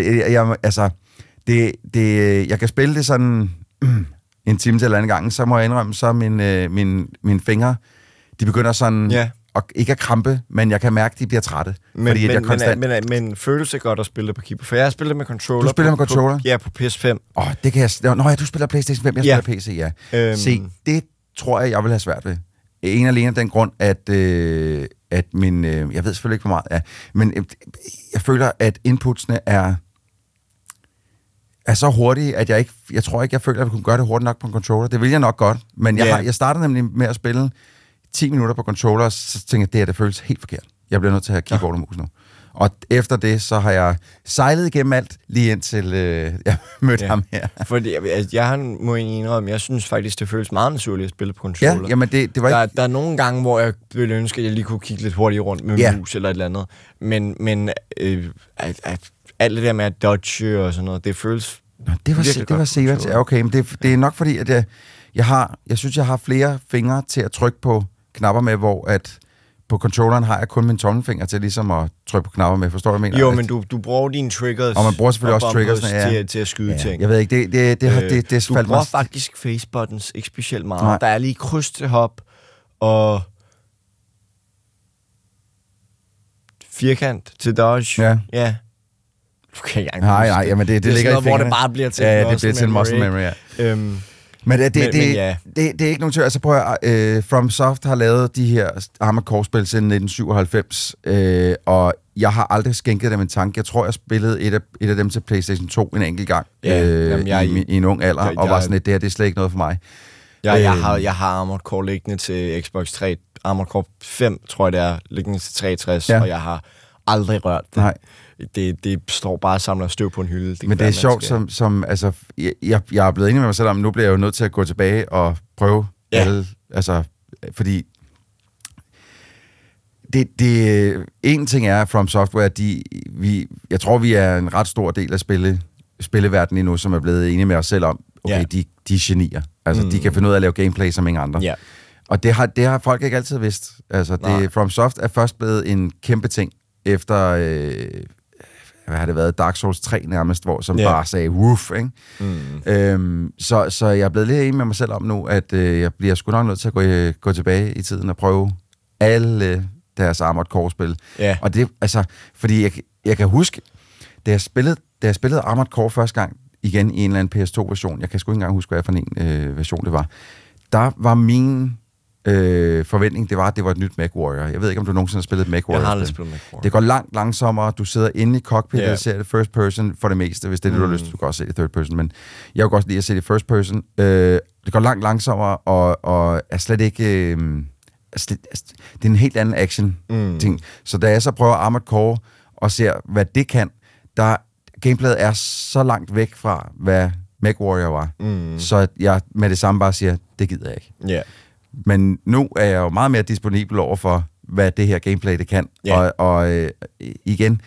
Speaker 5: jeg kan spille det sådan en time til eller anden gang, så må jeg indrømme, så mine fingre, de begynder sådan... Og ikke at krampe, men jeg kan mærke, at de bliver trætte.
Speaker 9: Men føles det godt at spille det på keyboard? For jeg har spillet med controller.
Speaker 5: Du spiller med controller?
Speaker 9: Ja, på PS5.
Speaker 5: Det kan jeg... Nå ja, du spiller PlayStation 5, jeg spiller PC, Se, det tror jeg vil have svært ved. En alene af den grund, at min... jeg ved selvfølgelig ikke, hvor meget men jeg føler, at inputsene er så hurtige, at jeg tror ikke, jeg føler, at jeg kunne gøre det hurtigt nok på en controller. Det vil jeg nok godt, men jeg startede nemlig med at spille 10 minutter på controller, så tænkte jeg, det føles helt forkert. Jeg bliver nødt til at have keyboard og mus nu. Og efter det, så har jeg sejlet igennem alt, lige indtil jeg mødte ham her.
Speaker 9: Fordi må indrømme, jeg synes faktisk, det føles meget naturligt at spille på controller.
Speaker 5: Ja, jamen det var ikke...
Speaker 9: Der er nogle gange, hvor jeg ville ønske, at jeg lige kunne kigge lidt hurtigt rundt med mus eller et eller andet. Men alt det der med at dodge og sådan noget, det føles...
Speaker 5: Det var sikkert. Ja, okay, men det er nok fordi, at jeg synes, jeg har flere fingre til at trykke på knapper med, hvor at på controlleren har jeg kun min tommelfinger til ligesom at trykke på knapper med, forstår du, hvad jeg
Speaker 9: mener? Jo, men du bruger dine triggers.
Speaker 5: Og man bruger selvfølgelig også triggersne,
Speaker 9: til at skyde ting.
Speaker 5: Jeg ved ikke, det
Speaker 9: du bruger faktisk face buttons ikke specielt meget. Nej. Der er lige kryds til hop, og firkant til dodge. Ja. Okay,
Speaker 5: nej, jamen det ligger i fingrene.
Speaker 9: Hvor det bare bliver til
Speaker 5: det bliver til muscle memory, ja. Men det er ikke nogen tvivl. Altså prøv at FromSoft har lavet de her Armored Core-spil siden 1997, og jeg har aldrig skænket dem en tanke. Jeg tror, jeg spillede et af dem til PlayStation 2 en enkelt gang i en ung alder, og var sådan lidt, det er slet ikke noget for mig.
Speaker 9: Jeg har Armored Core liggende til Xbox 3, Armored Core 5, tror jeg det er, liggende til 360, og jeg har aldrig rørt det. Nej. Det står bare og samler støv på en hylde.
Speaker 5: Men det er sjovt, som altså, jeg er blevet enig med mig selv om, nu bliver jeg jo nødt til at gå tilbage og prøve alle, altså, fordi en ting er From Software, jeg tror, vi er en ret stor del af spilleverdenen lige nu, som er blevet enige med os selv om, okay, de er genier. Altså, de kan finde ud af at lave gameplay som ingen andre. Og det har folk ikke altid vidst. Altså, From Soft er først blevet en kæmpe ting efter... hvad har det været, Dark Souls 3 nærmest, som bare sagde, woof, ikke? Så jeg er blevet lidt enig med mig selv om nu, at jeg bliver sgu nok nødt til at gå tilbage i tiden og prøve alle deres Armored Core-spil. Og det, altså, fordi jeg kan huske, da jeg spillede Armored Core første gang, igen i en eller anden PS2-version, jeg kan sgu ikke engang huske, hvad for en version det var, der var min... forventning, det var, at det var et nyt MechWarrior. Jeg ved ikke, om du nogensinde har spillet MechWarrior.
Speaker 9: Jeg har aldrig spillet MechWarrior.
Speaker 5: Det går langt langsommere. Du sidder inde i cockpittet og ser det first person for det meste, hvis det er det, du har lyst til. Du kan også se det third person, men jeg vil godt lide at se det first person. Det går langt langsommere, og er slet ikke... det er en helt anden action-ting. Så da jeg så prøver Armored Core og ser, hvad det kan, der gameplayet er så langt væk fra, hvad MechWarrior var. Så jeg med det samme bare siger, det gider jeg ikke.
Speaker 9: Ja.
Speaker 5: Men nu er jeg jo meget mere disponibel over for, hvad det her gameplay det kan. Og igen,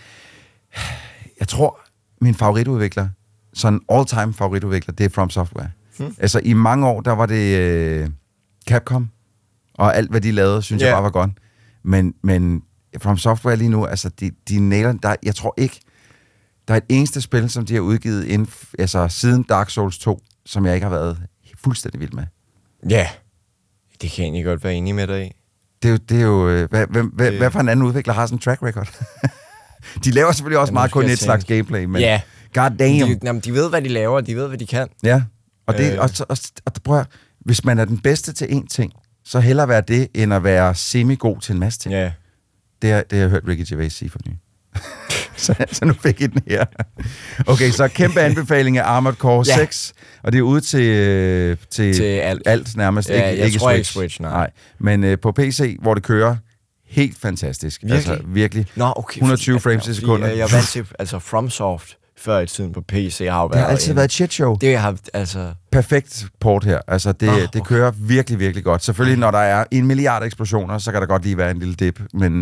Speaker 5: jeg tror, min favoritudvikler, sådan all-time favoritudvikler, det er From Software. Altså i mange år, der var det Capcom, og alt hvad de lavede, synes jeg bare var godt. Men From Software lige nu, altså de nailer, jeg tror ikke, der er et eneste spil, som de har udgivet inden, altså siden Dark Souls 2, som jeg ikke har været fuldstændig vild med.
Speaker 9: Ja. Det kan jeg egentlig godt være enig med dig i.
Speaker 5: Det er jo... Hvad for en anden udvikler har sådan en track record? De laver selvfølgelig også meget kun et slags gameplay, men...
Speaker 9: Ja.
Speaker 5: God damn.
Speaker 9: De ved, hvad de laver, og de ved, hvad de kan.
Speaker 5: Ja, og det og prøv at, hvis man er den bedste til én ting, så hellere være det, end at være semi-god til en masse ting.
Speaker 9: Ja.
Speaker 5: Det har jeg hørt Ricky Gervais sige for ny. så nu fik I den her. Okay, så kæmpe anbefaling af Armored Core 6, og det er ude til alt nærmest.
Speaker 9: Ja, ikke Switch,
Speaker 5: nej. Men på PC, hvor det kører helt fantastisk.
Speaker 9: Virkelig?
Speaker 5: Altså virkelig.
Speaker 9: Nå, okay.
Speaker 5: 120 frames i sekundet.
Speaker 9: Jeg er vant til, altså FromSoft før i tiden på PC har jo været...
Speaker 5: Det har altid været et shit show.
Speaker 9: Det har altså...
Speaker 5: Perfekt port her. Altså, det kører virkelig, virkelig godt. Selvfølgelig, når der er 1 milliard eksplosioner, så kan der godt lige være en lille dip,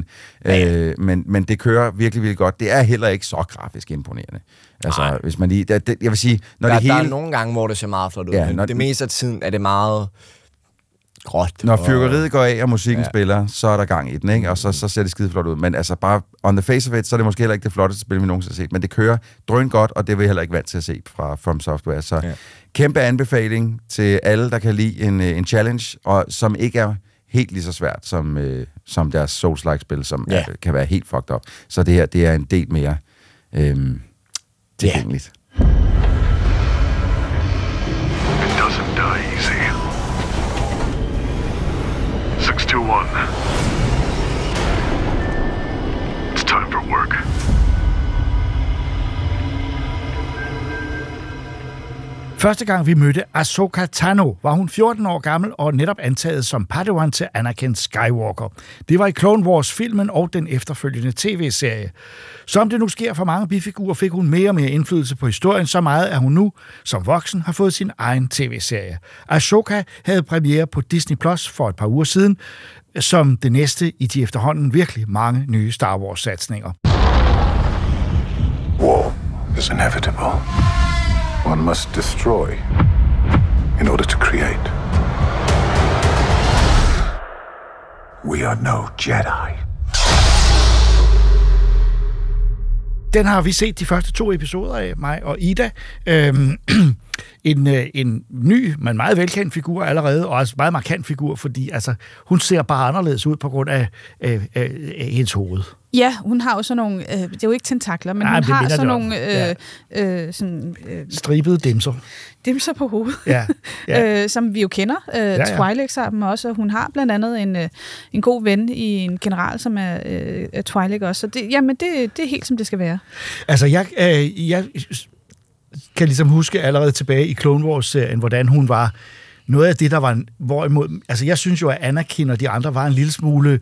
Speaker 5: men det kører virkelig, virkelig godt. Det er heller ikke så grafisk imponerende. Altså, hvis man lige... jeg vil sige, når det hele...
Speaker 9: Der er nogle gange, hvor det ser meget flot ud, men det meste af tiden er det meget... gråt.
Speaker 5: Når fyrkeriet går af, og musikken spiller, så er der gang i den, ikke? Og så ser det skide flot ud. Men altså bare on the face of it, så er det måske heller ikke det flotteste spil, vi nogensinde har set. Men det kører drøn godt, og det vil jeg heller ikke vant til at se fra From Software. Så kæmpe anbefaling til alle, der kan lide en challenge, og som ikke er helt lige så svært som deres Souls-like-spil, som kan være helt fucked up. Så det her, det er en del mere tilgængeligt.
Speaker 8: It doesn't die easy. 621. It's time for work.
Speaker 2: Første gang vi mødte Ahsoka Tano, var hun 14 år gammel og netop antaget som Padawan til Anakin Skywalker. Det var i Clone Wars-filmen og den efterfølgende tv-serie. Som det nu sker for mange bifigurer, fik hun mere og mere indflydelse på historien, så meget at hun nu, som voksen, har fået sin egen tv-serie. Ahsoka havde premiere på Disney Plus for et par uger siden, som det næste i de efterhånden virkelig mange nye Star Wars-satsninger.
Speaker 8: War is inevitable. One must destroy in order to create. We are no Jedi.
Speaker 2: Den har vi set de første 2 episoder af, mig og Ida. En ny, men meget velkendt figur allerede, og også meget markant figur, fordi altså, hun ser bare anderledes ud på grund af hendes hoved.
Speaker 1: Ja, hun har jo sådan nogle, det er jo ikke tentakler, men hun har sådan nogle
Speaker 2: stribede dimser.
Speaker 1: Dimser på hovedet, som vi jo kender. Twi'lek har dem også, og hun har blandt andet en god ven i en general, som er Twi'lek også. Så det er helt, som det skal være.
Speaker 2: Altså, jeg kan ligesom huske allerede tilbage i Clone Wars-serien, hvordan hun var noget af det, der var... Hvorimod, altså, jeg synes jo, at Anakin og de andre var en lille smule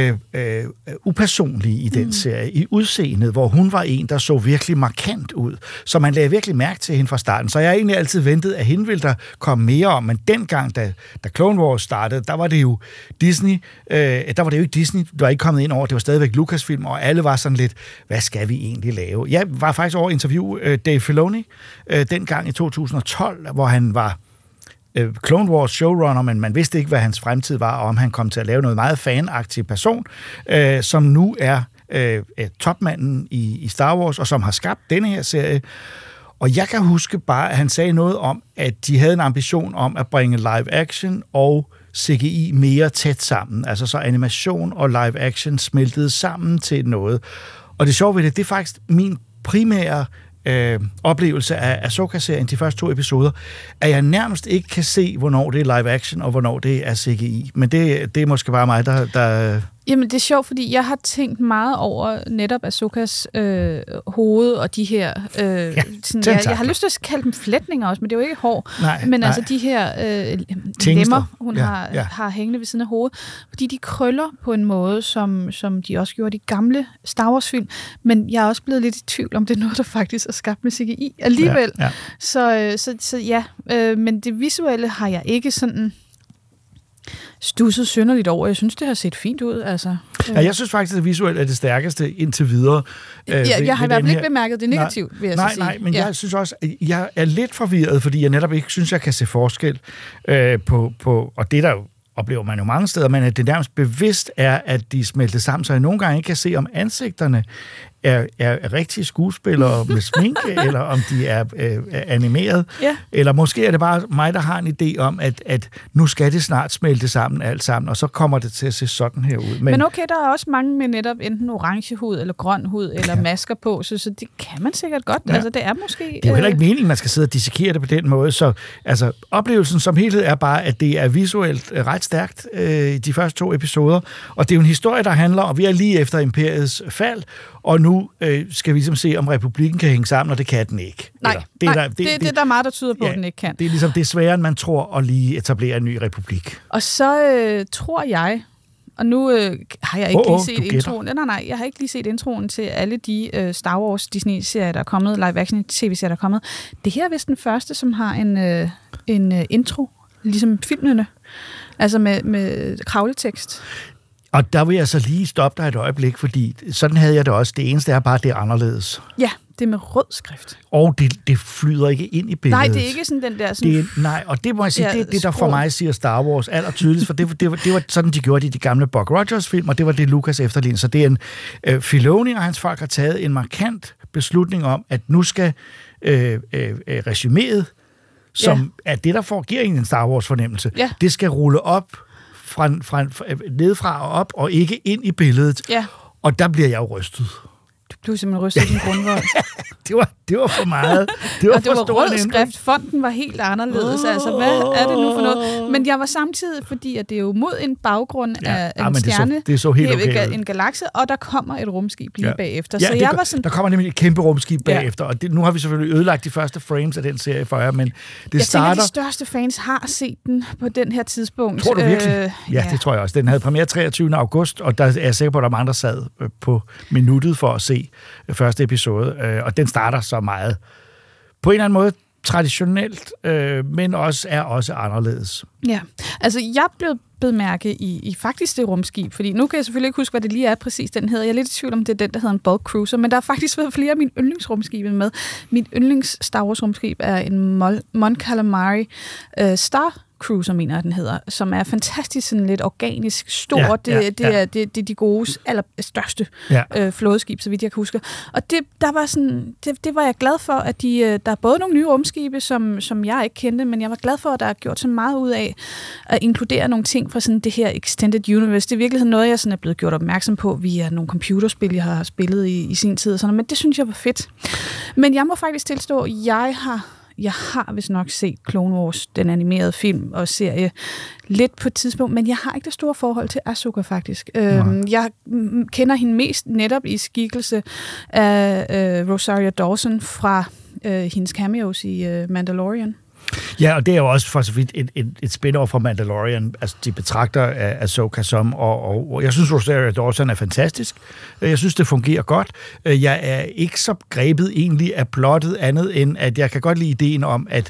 Speaker 2: upersonlige i den serie. I udseendet, hvor hun var en, der så virkelig markant ud. Så man lagde virkelig mærke til hende fra starten. Så jeg har egentlig altid ventet, at hende ville der komme mere om. Men dengang, da Clone Wars startede, der var det jo Disney... der var det jo ikke Disney, der var ikke kommet ind over. Det var stadigvæk Lucasfilm, og alle var sådan lidt, hvad skal vi egentlig lave? Jeg var faktisk over at interviewe Dave Filoni dengang i 2012, hvor han var Clone Wars showrunner, men man vidste ikke, hvad hans fremtid var, og om han kom til at lave noget meget fanagtig person, som nu er topmanden i Star Wars, og som har skabt denne her serie. Og jeg kan huske bare, at han sagde noget om, at de havde en ambition om at bringe live action og CGI mere tæt sammen. Altså så animation og live action smeltede sammen til noget. Og det sjove ved det er faktisk min primære oplevelse af Ahsoka-serien, de første 2 episoder, at jeg nærmest ikke kan se, hvornår det er live action, og hvornår det er CGI. Men det er måske bare mig, der...
Speaker 1: Jamen, det er sjovt, fordi jeg har tænkt meget over netop Ahsokas hoved og de her... jeg har lyst til at kalde dem flætninger også, men det er jo ikke hår. Men altså de her lemmer, hun har hængende ved siden af hovedet, fordi de krøller på en måde, som de også gjorde i de gamle Star Wars-film. Men jeg er også blevet lidt i tvivl, om det er noget, der faktisk er skabt med CGI alligevel. Ja. Så ja, men det visuelle har jeg ikke sådan... stusset synderligt over. Jeg synes, det har set fint ud. Altså.
Speaker 2: Ja, jeg synes faktisk, at det visuelt er det stærkeste indtil videre.
Speaker 1: Jeg har i hvert fald ikke bemærket det negativt, vil jeg sige.
Speaker 2: Nej, men jeg synes også, at jeg er lidt forvirret, fordi jeg netop ikke synes, jeg kan se forskel på og det der jo oplever man jo mange steder, men at det nærmest bevidst er, at de smelter sammen, så jeg nogle gange ikke kan se, om ansigterne er rigtige skuespillere med sminke, eller om de er animeret. Ja. Eller måske er det bare mig, der har en idé om, at nu skal det snart smelte sammen alt sammen, og så kommer det til at se sådan her ud.
Speaker 1: Men okay, der er også mange med netop enten orange hud, eller grøn hud, eller masker på, så det kan man sikkert godt. Ja. Altså, det er måske... Det
Speaker 2: er jo heller ikke meningen, man skal sidde og dissekere det på den måde, så altså, oplevelsen som helhed er bare, at det er visuelt ret stærkt i de første 2 episoder, og det er jo en historie, der handler om, vi er lige efter imperiets fald, og nu skal vi ligesom se, om republikken kan hænge sammen, og det kan den ikke.
Speaker 1: Nej, det er der meget, der tyder på, at den ikke kan.
Speaker 2: Det er ligesom det er sværere, end man tror, at lige etablere en ny republik.
Speaker 1: Og så tror jeg, og nu har jeg ikke lige set introen. Nej, jeg har ikke lige set introen til alle de Star Wars Disney-serier, der er kommet, live-action tv-serier, der er kommet. Det her er vist den første, som har en intro, ligesom filmene, altså med kravletekst.
Speaker 2: Og der vil jeg så lige stoppe dig et øjeblik, fordi sådan havde jeg det også. Det eneste er bare, det er anderledes.
Speaker 1: Ja, det er med rød skrift.
Speaker 2: Og det flyder ikke ind i billedet.
Speaker 1: Nej, det er ikke sådan den der... Sådan
Speaker 2: nej, og det må jeg sige, det der for mig siger Star Wars allertydeligst, for det var sådan, de gjorde det i de gamle Buck Rogers-film, og det var det, Lucas efterlignede. Så det er en Filoni og hans folk har taget en markant beslutning om, at nu skal resuméet, som er det, der giver en Star Wars-fornemmelse, det skal rulle op fra nedefra og op, og ikke ind i billedet. Ja. Og der bliver jeg jo rystet.
Speaker 1: Du blev simpelthen rystet i din grundvold.
Speaker 2: det var for meget. Det var
Speaker 1: rød skrift. Fonten var helt anderledes. Altså, hvad er det nu for noget? Men jeg var samtidig, fordi at det er jo mod en baggrund af en stjerne,
Speaker 2: det så helt okay.
Speaker 1: En galakse, og der kommer et rumskib lige bagefter. Så jeg var sådan...
Speaker 2: Der kommer nemlig et kæmpe rumskib bagefter, og nu har vi selvfølgelig ødelagt de første frames af den serie for jer, men det starter...
Speaker 1: Jeg tænker, de største fans har set den på den her tidspunkt.
Speaker 2: Tror du virkelig? Ja, det tror jeg også. Den havde premiere 23. august, og der er jeg sikker på, at der er mange, der sad på minuttet for at se første episode, og den starter så meget på en eller anden måde traditionelt, men også anderledes.
Speaker 1: Ja, altså jeg blev mærke i faktisk det rumskib, fordi nu kan jeg selvfølgelig ikke huske, hvad det lige er præcis, den hedder. Jeg er lidt i tvivl om, det er den, der hedder en bulk cruiser, men der har faktisk været flere af mine yndlingsrumskibe med. Mit yndlings Star Wars rumskib er en Mon Calamari Star Cruiser, mener jeg, den hedder, som er fantastisk, sådan lidt organisk stor. Det er de gode, allerstørste flådeskib, så vidt jeg kan huske. Og det var jeg glad for, at der er både nogle nye rumskibe, som jeg ikke kendte, men jeg var glad for, at der er gjort så meget ud af at inkludere nogle ting fra sådan det her Extended Universe. Det er virkelig noget, jeg sådan er blevet gjort opmærksom på via nogle computerspil, jeg har spillet i sin tid og sådan noget, men det synes jeg var fedt. Men jeg må faktisk tilstå, at jeg har vist nok set Clone Wars, den animerede film og serie, lidt på et tidspunkt, men jeg har ikke det store forhold til Ahsoka, faktisk. Jeg kender hende mest netop i skikkelse af Rosario Dawson fra hendes cameos i Mandalorian.
Speaker 2: Ja, og det er jo også for så vidt et spin-off fra Mandalorian. Altså, de betragter Ahsoka som, og jeg synes, Rosario Dawson er fantastisk. Jeg synes, det fungerer godt. Jeg er ikke så grebet egentlig af plottet andet, end at jeg kan godt lide ideen om, at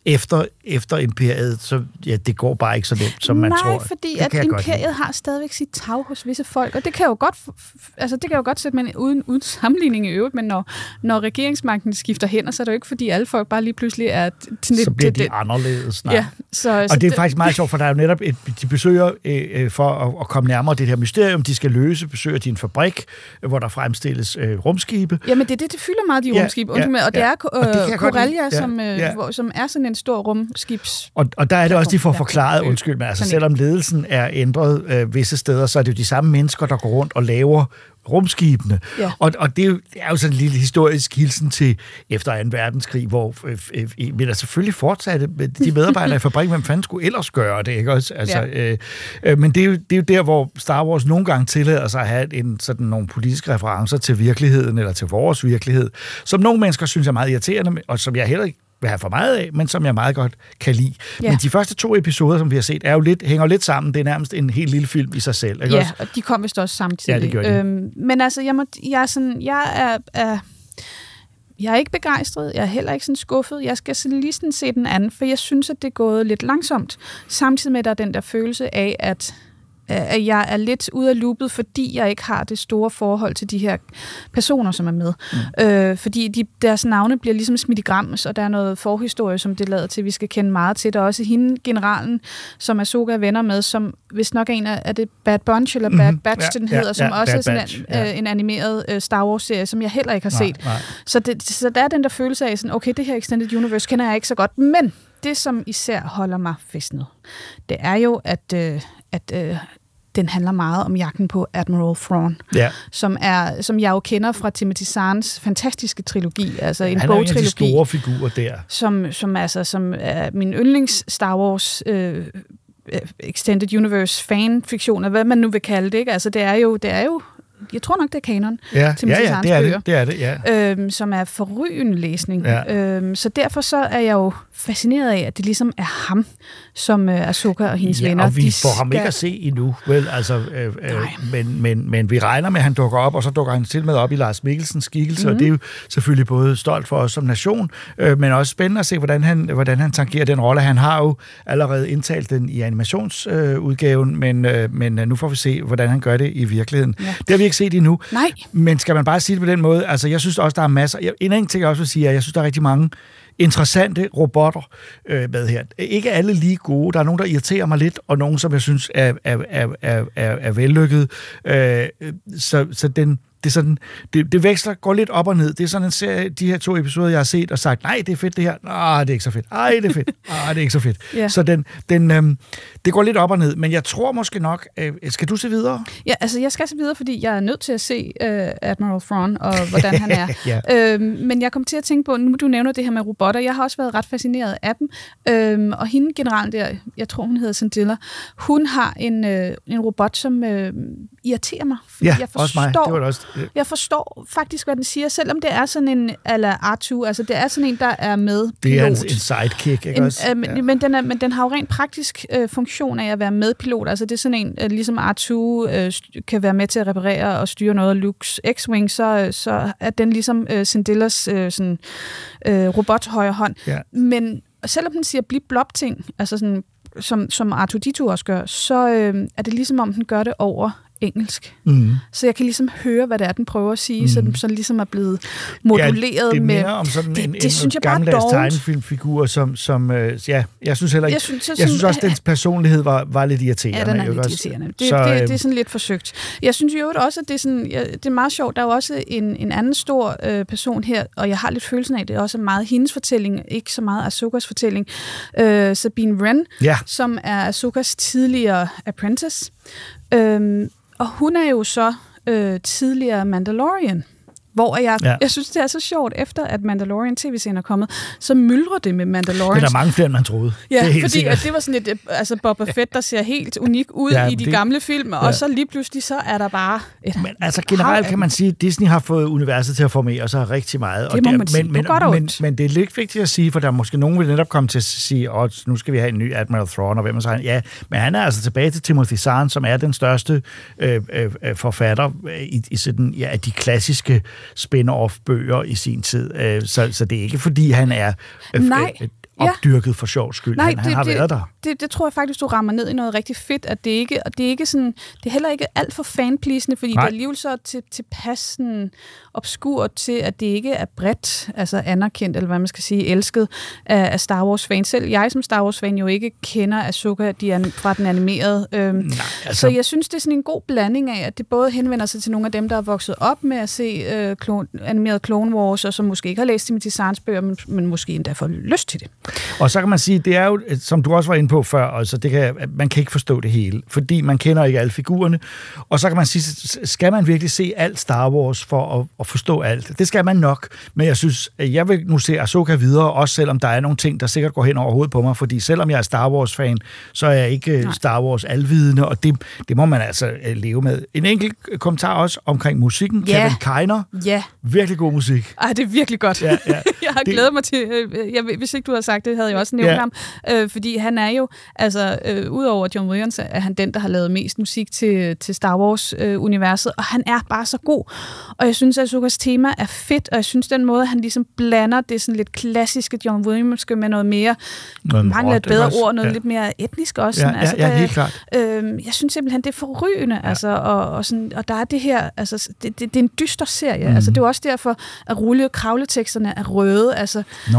Speaker 2: efter imperiet, så det går bare ikke så nemt, som man tror.
Speaker 1: Nej, fordi at imperiet har stadigvæk sit tag hos visse folk, og det kan jo godt sætte man uden sammenligning i øvrigt, men når regeringsmagten skifter hænder, så er det jo ikke, fordi alle folk bare lige pludselig er...
Speaker 2: Så bliver de anderledes.
Speaker 1: Ja,
Speaker 2: og det er faktisk meget sjovt, for der er jo netop de besøger, for at komme nærmere det her mysterium, de skal løse, besøger de en fabrik, hvor der fremstilles rumskibe.
Speaker 1: Jamen det fylder meget, de rumskibe. Og det er Corellia, som er sådan en stor rumskibs...
Speaker 2: Og der er det også, de får forklaret, undskyld, men altså selvom ledelsen er ændret visse steder, så er det jo de samme mennesker, der går rundt og laver rumskibene. Ja. Og det er jo sådan en lille historisk hilsen til efter 2. verdenskrig, hvor men der selvfølgelig fortsatte de medarbejdere i fabrikken, hvem fanden skulle ellers gøre det, ikke også? Altså, men det er jo der, hvor Star Wars nogle gange tillader sig at have sådan nogle politiske referencer til virkeligheden, eller til vores virkelighed, som nogle mennesker synes er meget irriterende, og som jeg heller ikke vil have for meget af, men som jeg meget godt kan lide. Ja. Men de første 2 episoder, som vi har set, hænger lidt sammen. Det er nærmest en helt lille film i sig selv. Ikke også?
Speaker 1: Og de kom vist også samtidig.
Speaker 2: Ja, det gjorde de.
Speaker 1: Men altså, jeg er ikke begejstret. Jeg er heller ikke sådan skuffet. Jeg skal lige sådan se den anden, for jeg synes, at det er gået lidt langsomt. Samtidig med, at der er den der følelse af, at jeg er lidt ude af loopet, fordi jeg ikke har det store forhold til de her personer, som er med. Fordi deres navne bliver ligesom smidt i grams, og der er noget forhistorie, som det lader til, vi skal kende meget til. Der er også hende, generalen, som Ahsoka er venner med, som hvis nok er det Bad Bunch, eller Bad Batch, den hedder, som også er sådan en animeret Star Wars-serie, som jeg heller ikke har set. Nej. Så der er den der følelse af, sådan, okay, det her Extended Universe kender jeg ikke så godt, men det, som især holder mig fæstnet, det er jo, at den handler meget om jagten på Admiral Thrawn, som jeg jo kender fra Timothy Zahns fantastiske trilogi, altså en bogtrilogi. Han er en af de
Speaker 2: store figurer der.
Speaker 1: Som er min yndlings Star Wars Extended Universe fanfiktion, hvad man nu vil kalde det, ikke? Altså det er jo jeg tror nok, det er kanon.
Speaker 2: Ja, det er det.
Speaker 1: Som er forrygende læsning. Ja. Så derfor så er jeg jo fascineret af, at det ligesom er ham, som Ahsoka og hendes venner.
Speaker 2: Og vi får ham ikke at se endnu, vel? Altså, men vi regner med, at han dukker op, og så dukker han til med op i Lars Mikkelsens skikkelse, og det er jo selvfølgelig både stolt for os som nation, men også spændende at se, hvordan han tangerer den rolle. Han har jo allerede indtalt den i animationsudgaven, men nu får vi se, hvordan han gør det i virkeligheden. Ja. Det har vi ikke set endnu.
Speaker 1: Nej.
Speaker 2: Men skal man bare sige det på den måde, altså jeg synes også, der er masser. En anden ting, jeg også vil sige, er, at jeg synes, der er rigtig mange interessante robotter med her. Ikke alle lige gode. Der er nogen, der irriterer mig lidt, og nogen, som jeg synes er vellykket. Så det er sådan, det veksler, går lidt op og ned. Det er sådan en serie, de her 2 episoder, jeg har set og sagt, nej, det er fedt det her. Nej, det er ikke så fedt. Nej, det er fedt. Nej, det er ikke så fedt. Yeah. Så det går lidt op og ned, men jeg tror måske nok, skal du se videre?
Speaker 1: Ja, altså jeg skal se videre, fordi jeg er nødt til at se Admiral Thrawn og hvordan han er. Men jeg kom til at tænke på, nu du nævner det her med robotter, jeg har også været ret fascineret af dem, og hende generelt der, jeg tror hun hedder Sandilla, hun har en robot, som irriterer mig.
Speaker 2: Ja, jeg også mig. Det var det også.
Speaker 1: Jeg forstår faktisk, hvad den siger, selvom det er sådan en ala R2, altså det er sådan en, der er med pilot.
Speaker 2: Det er en sidekick, ikke også?
Speaker 1: Men den har jo rent praktisk funktion af at være med pilot, altså det er sådan en, ligesom R2 kan være med til at reparere og styre noget af Lukes X-Wing, så er den ligesom Sandillas robot højre hånd. Ja. Men selvom den siger blip-blop ting, altså sådan som R2-D2 også gør, så er det ligesom om, den gør det over engelsk. Så jeg kan ligesom høre, hvad det er, den prøver at sige, så den ligesom er blevet moduleret
Speaker 2: det
Speaker 1: med...
Speaker 2: Det om sådan en
Speaker 1: synes jeg
Speaker 2: gammeldags tegnefilmfigur, som jeg synes heller ikke... Jeg synes også, dens personlighed var lidt irriterende.
Speaker 1: Ja, den er lidt irriterende. Det er sådan lidt forsøgt. Jeg synes jo også, at det er, sådan, det er meget sjovt. Der er jo også en anden stor person her, og jeg har lidt følelsen af, at det er også meget hendes fortælling, ikke så meget Ahsokas fortælling. Sabine Wren, som er Ahsokas tidligere apprentice. Og hun er jo så tidligere Mandalorian, hvor jeg synes, det er så sjovt, efter at Mandalorian tv-serien er kommet, så myldrer det med Mandalorian.
Speaker 2: Det er der mange flere, end man troede.
Speaker 1: Ja, fordi at det var sådan et, altså Boba Fett, der ser helt unik ud i de gamle film, og så lige pludselig, så er der bare et...
Speaker 2: Men altså generelt kan man sige, at Disney har fået universet til at formere sig rigtig meget.
Speaker 1: Det må man sige,
Speaker 2: men det er lidt vigtigt at sige, for der er måske nogen, vil netop komme til at sige, nu skal vi have en ny Admiral Thrawn, og hvem er så han? Ja, men han er altså tilbage til Timothy Zahn, som er den største forfatter i sådan, af de klassiske spin-off-bøger i sin tid. Så det er ikke, fordi han er opdyrket for sjov skyld. Nej, han har været der.
Speaker 1: Det tror jeg faktisk, du rammer ned i noget rigtig fedt, at det er ikke sådan, det er heller ikke alt for fanpleasende, fordi det er alligevel så tilpas sådan obskurt til, at det ikke er bredt, altså anerkendt, eller hvad man skal sige, elsket af Star Wars-fans. Selv jeg som Star Wars-fan jo ikke kender Ahsoka fra den animerede. Så jeg synes, det er sådan en god blanding af, at det både henvender sig til nogle af dem, der er vokset op med at se animeret Clone Wars, og som måske ikke har læst Timothy Zahns bøger, men måske endda får lyst til det.
Speaker 2: Og så kan man sige, det er jo, som du også var inde på før, altså man kan ikke forstå det hele, fordi man kender ikke alle figurerne. Og så kan man sige, skal man virkelig se alt Star Wars for at forstå alt? Det skal man nok, men jeg synes, jeg vil nu se Ahsoka videre, også selvom der er nogle ting, der sikkert går hen over hovedet på mig, fordi selvom jeg er Star Wars-fan, så er jeg ikke Star Wars alvidende, og det må man altså leve med. En enkelt kommentar også omkring musikken. Kevin Kiner. Ja. Virkelig god musik.
Speaker 1: Ej, det er virkelig godt. Ja. Jeg har glædet mig til, hvis ikke du havde sagt det, havde jeg også nævnt ham, fordi han er jo, altså, udover John Williams, er han den, der har lavet mest musik til Star Wars-universet, og han er bare så god. Og jeg synes, at Ahsokas tema er fedt, og jeg synes, den måde, han ligesom blander det sådan lidt klassiske John Williams med noget mere, mangler et bedre ord, noget lidt mere etnisk også.
Speaker 2: Helt klart.
Speaker 1: Jeg synes simpelthen, det er forrygende, altså, og der er det her, altså, det er en dyster serie, altså, det er også derfor, at kravleteksterne er røde, altså,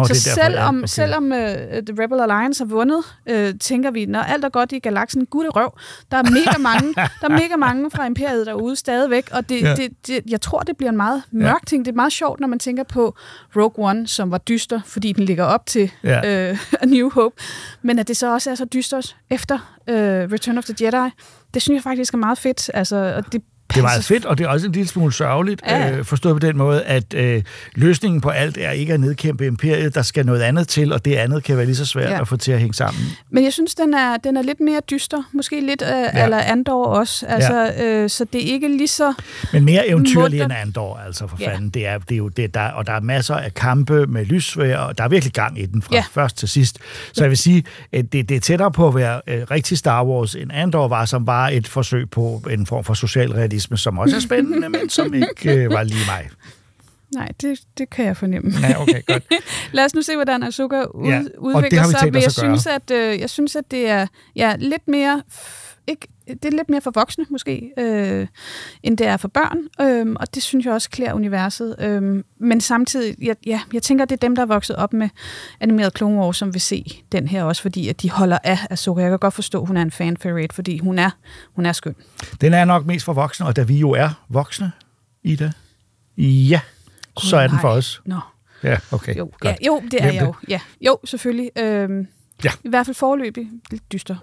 Speaker 1: selvom The Rebel Alliance har vundet, tænker vi, når alt er godt i galaksen, gud og røv, der er mega mange fra Imperiet derude stadigvæk, og jeg tror, det bliver en meget mørk ting. Det er meget sjovt, når man tænker på Rogue One, som var dyster, fordi den ligger op til A New Hope, men at det så også er så dystert efter Return of the Jedi, det synes jeg faktisk er meget fedt, altså, og
Speaker 2: det er meget fedt, og det er også en lille smule sørgeligt, forstået på den måde, at løsningen på alt er ikke at nedkæmpe imperiet, der skal noget andet til, og det andet kan være lige så svært at få til at hænge sammen.
Speaker 1: Men jeg synes, den er lidt mere dyster, måske lidt eller Andor også, altså, så det er ikke lige så...
Speaker 2: Men mere eventyrlig end Andor, altså for fanden. Det er jo det, og der er masser af kampe med lyssværd, og der er virkelig gang i den fra først til sidst. Så jeg vil sige, at det er tættere på at være rigtig Star Wars, end Andor var, som var et forsøg på en form for social realisme, som også er spændende, men som ikke var lige mig.
Speaker 1: Nej, det kan jeg fornemme.
Speaker 2: Ja, okay, godt.
Speaker 1: Lad os nu se, hvordan Ahsoka udvikler sig. Men jeg synes, at det er lidt mere... Det er lidt mere for voksne, måske, end det er for børn, og det synes jeg også klæder universet. Men samtidig, jeg tænker, det er dem, der er vokset op med animeret Clone Wars, som vil se den her også, fordi at de holder af Ahsoka. Jeg kan godt forstå, at hun er en fan-favorite, fordi hun er skøn.
Speaker 2: Den er nok mest for voksne, og da vi jo er voksne, Ida, så er den for os.
Speaker 1: Nå.
Speaker 2: Ja, okay.
Speaker 1: Jo, det er jeg jo. Ja. Jo, selvfølgelig. I hvert fald foreløbig lidt dyster.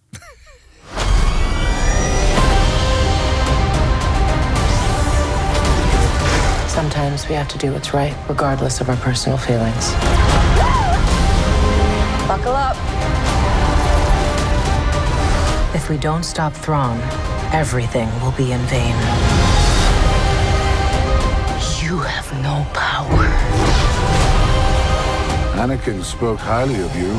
Speaker 10: Sometimes we have to do what's right, regardless of our personal feelings. Buckle up. If we don't stop Thrawn, everything will be in vain. You have no power.
Speaker 8: Anakin spoke highly of you.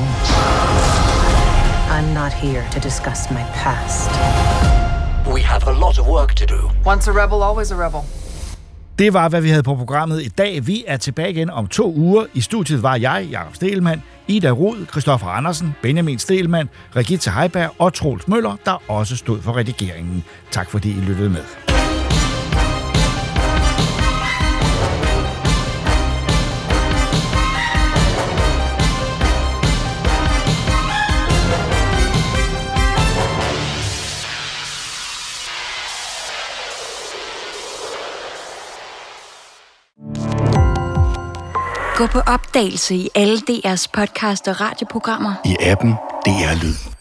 Speaker 10: I'm not here to discuss my past.
Speaker 11: We have a lot of work to do.
Speaker 12: Once a rebel, always a rebel.
Speaker 2: Det var, hvad vi havde på programmet i dag. Vi er tilbage igen om 2 uger. I studiet var jeg, Jakob Stegelmann, Ida Rud, Christoffer Andersen, Benjamin Stegelmann, Regitze Heiberg og Troels Møller, der også stod for redigeringen. Tak fordi I lyttede med.
Speaker 11: Gå på opdagelse i alle DR's podcast og radioprogrammer.
Speaker 8: I appen DR Lyd.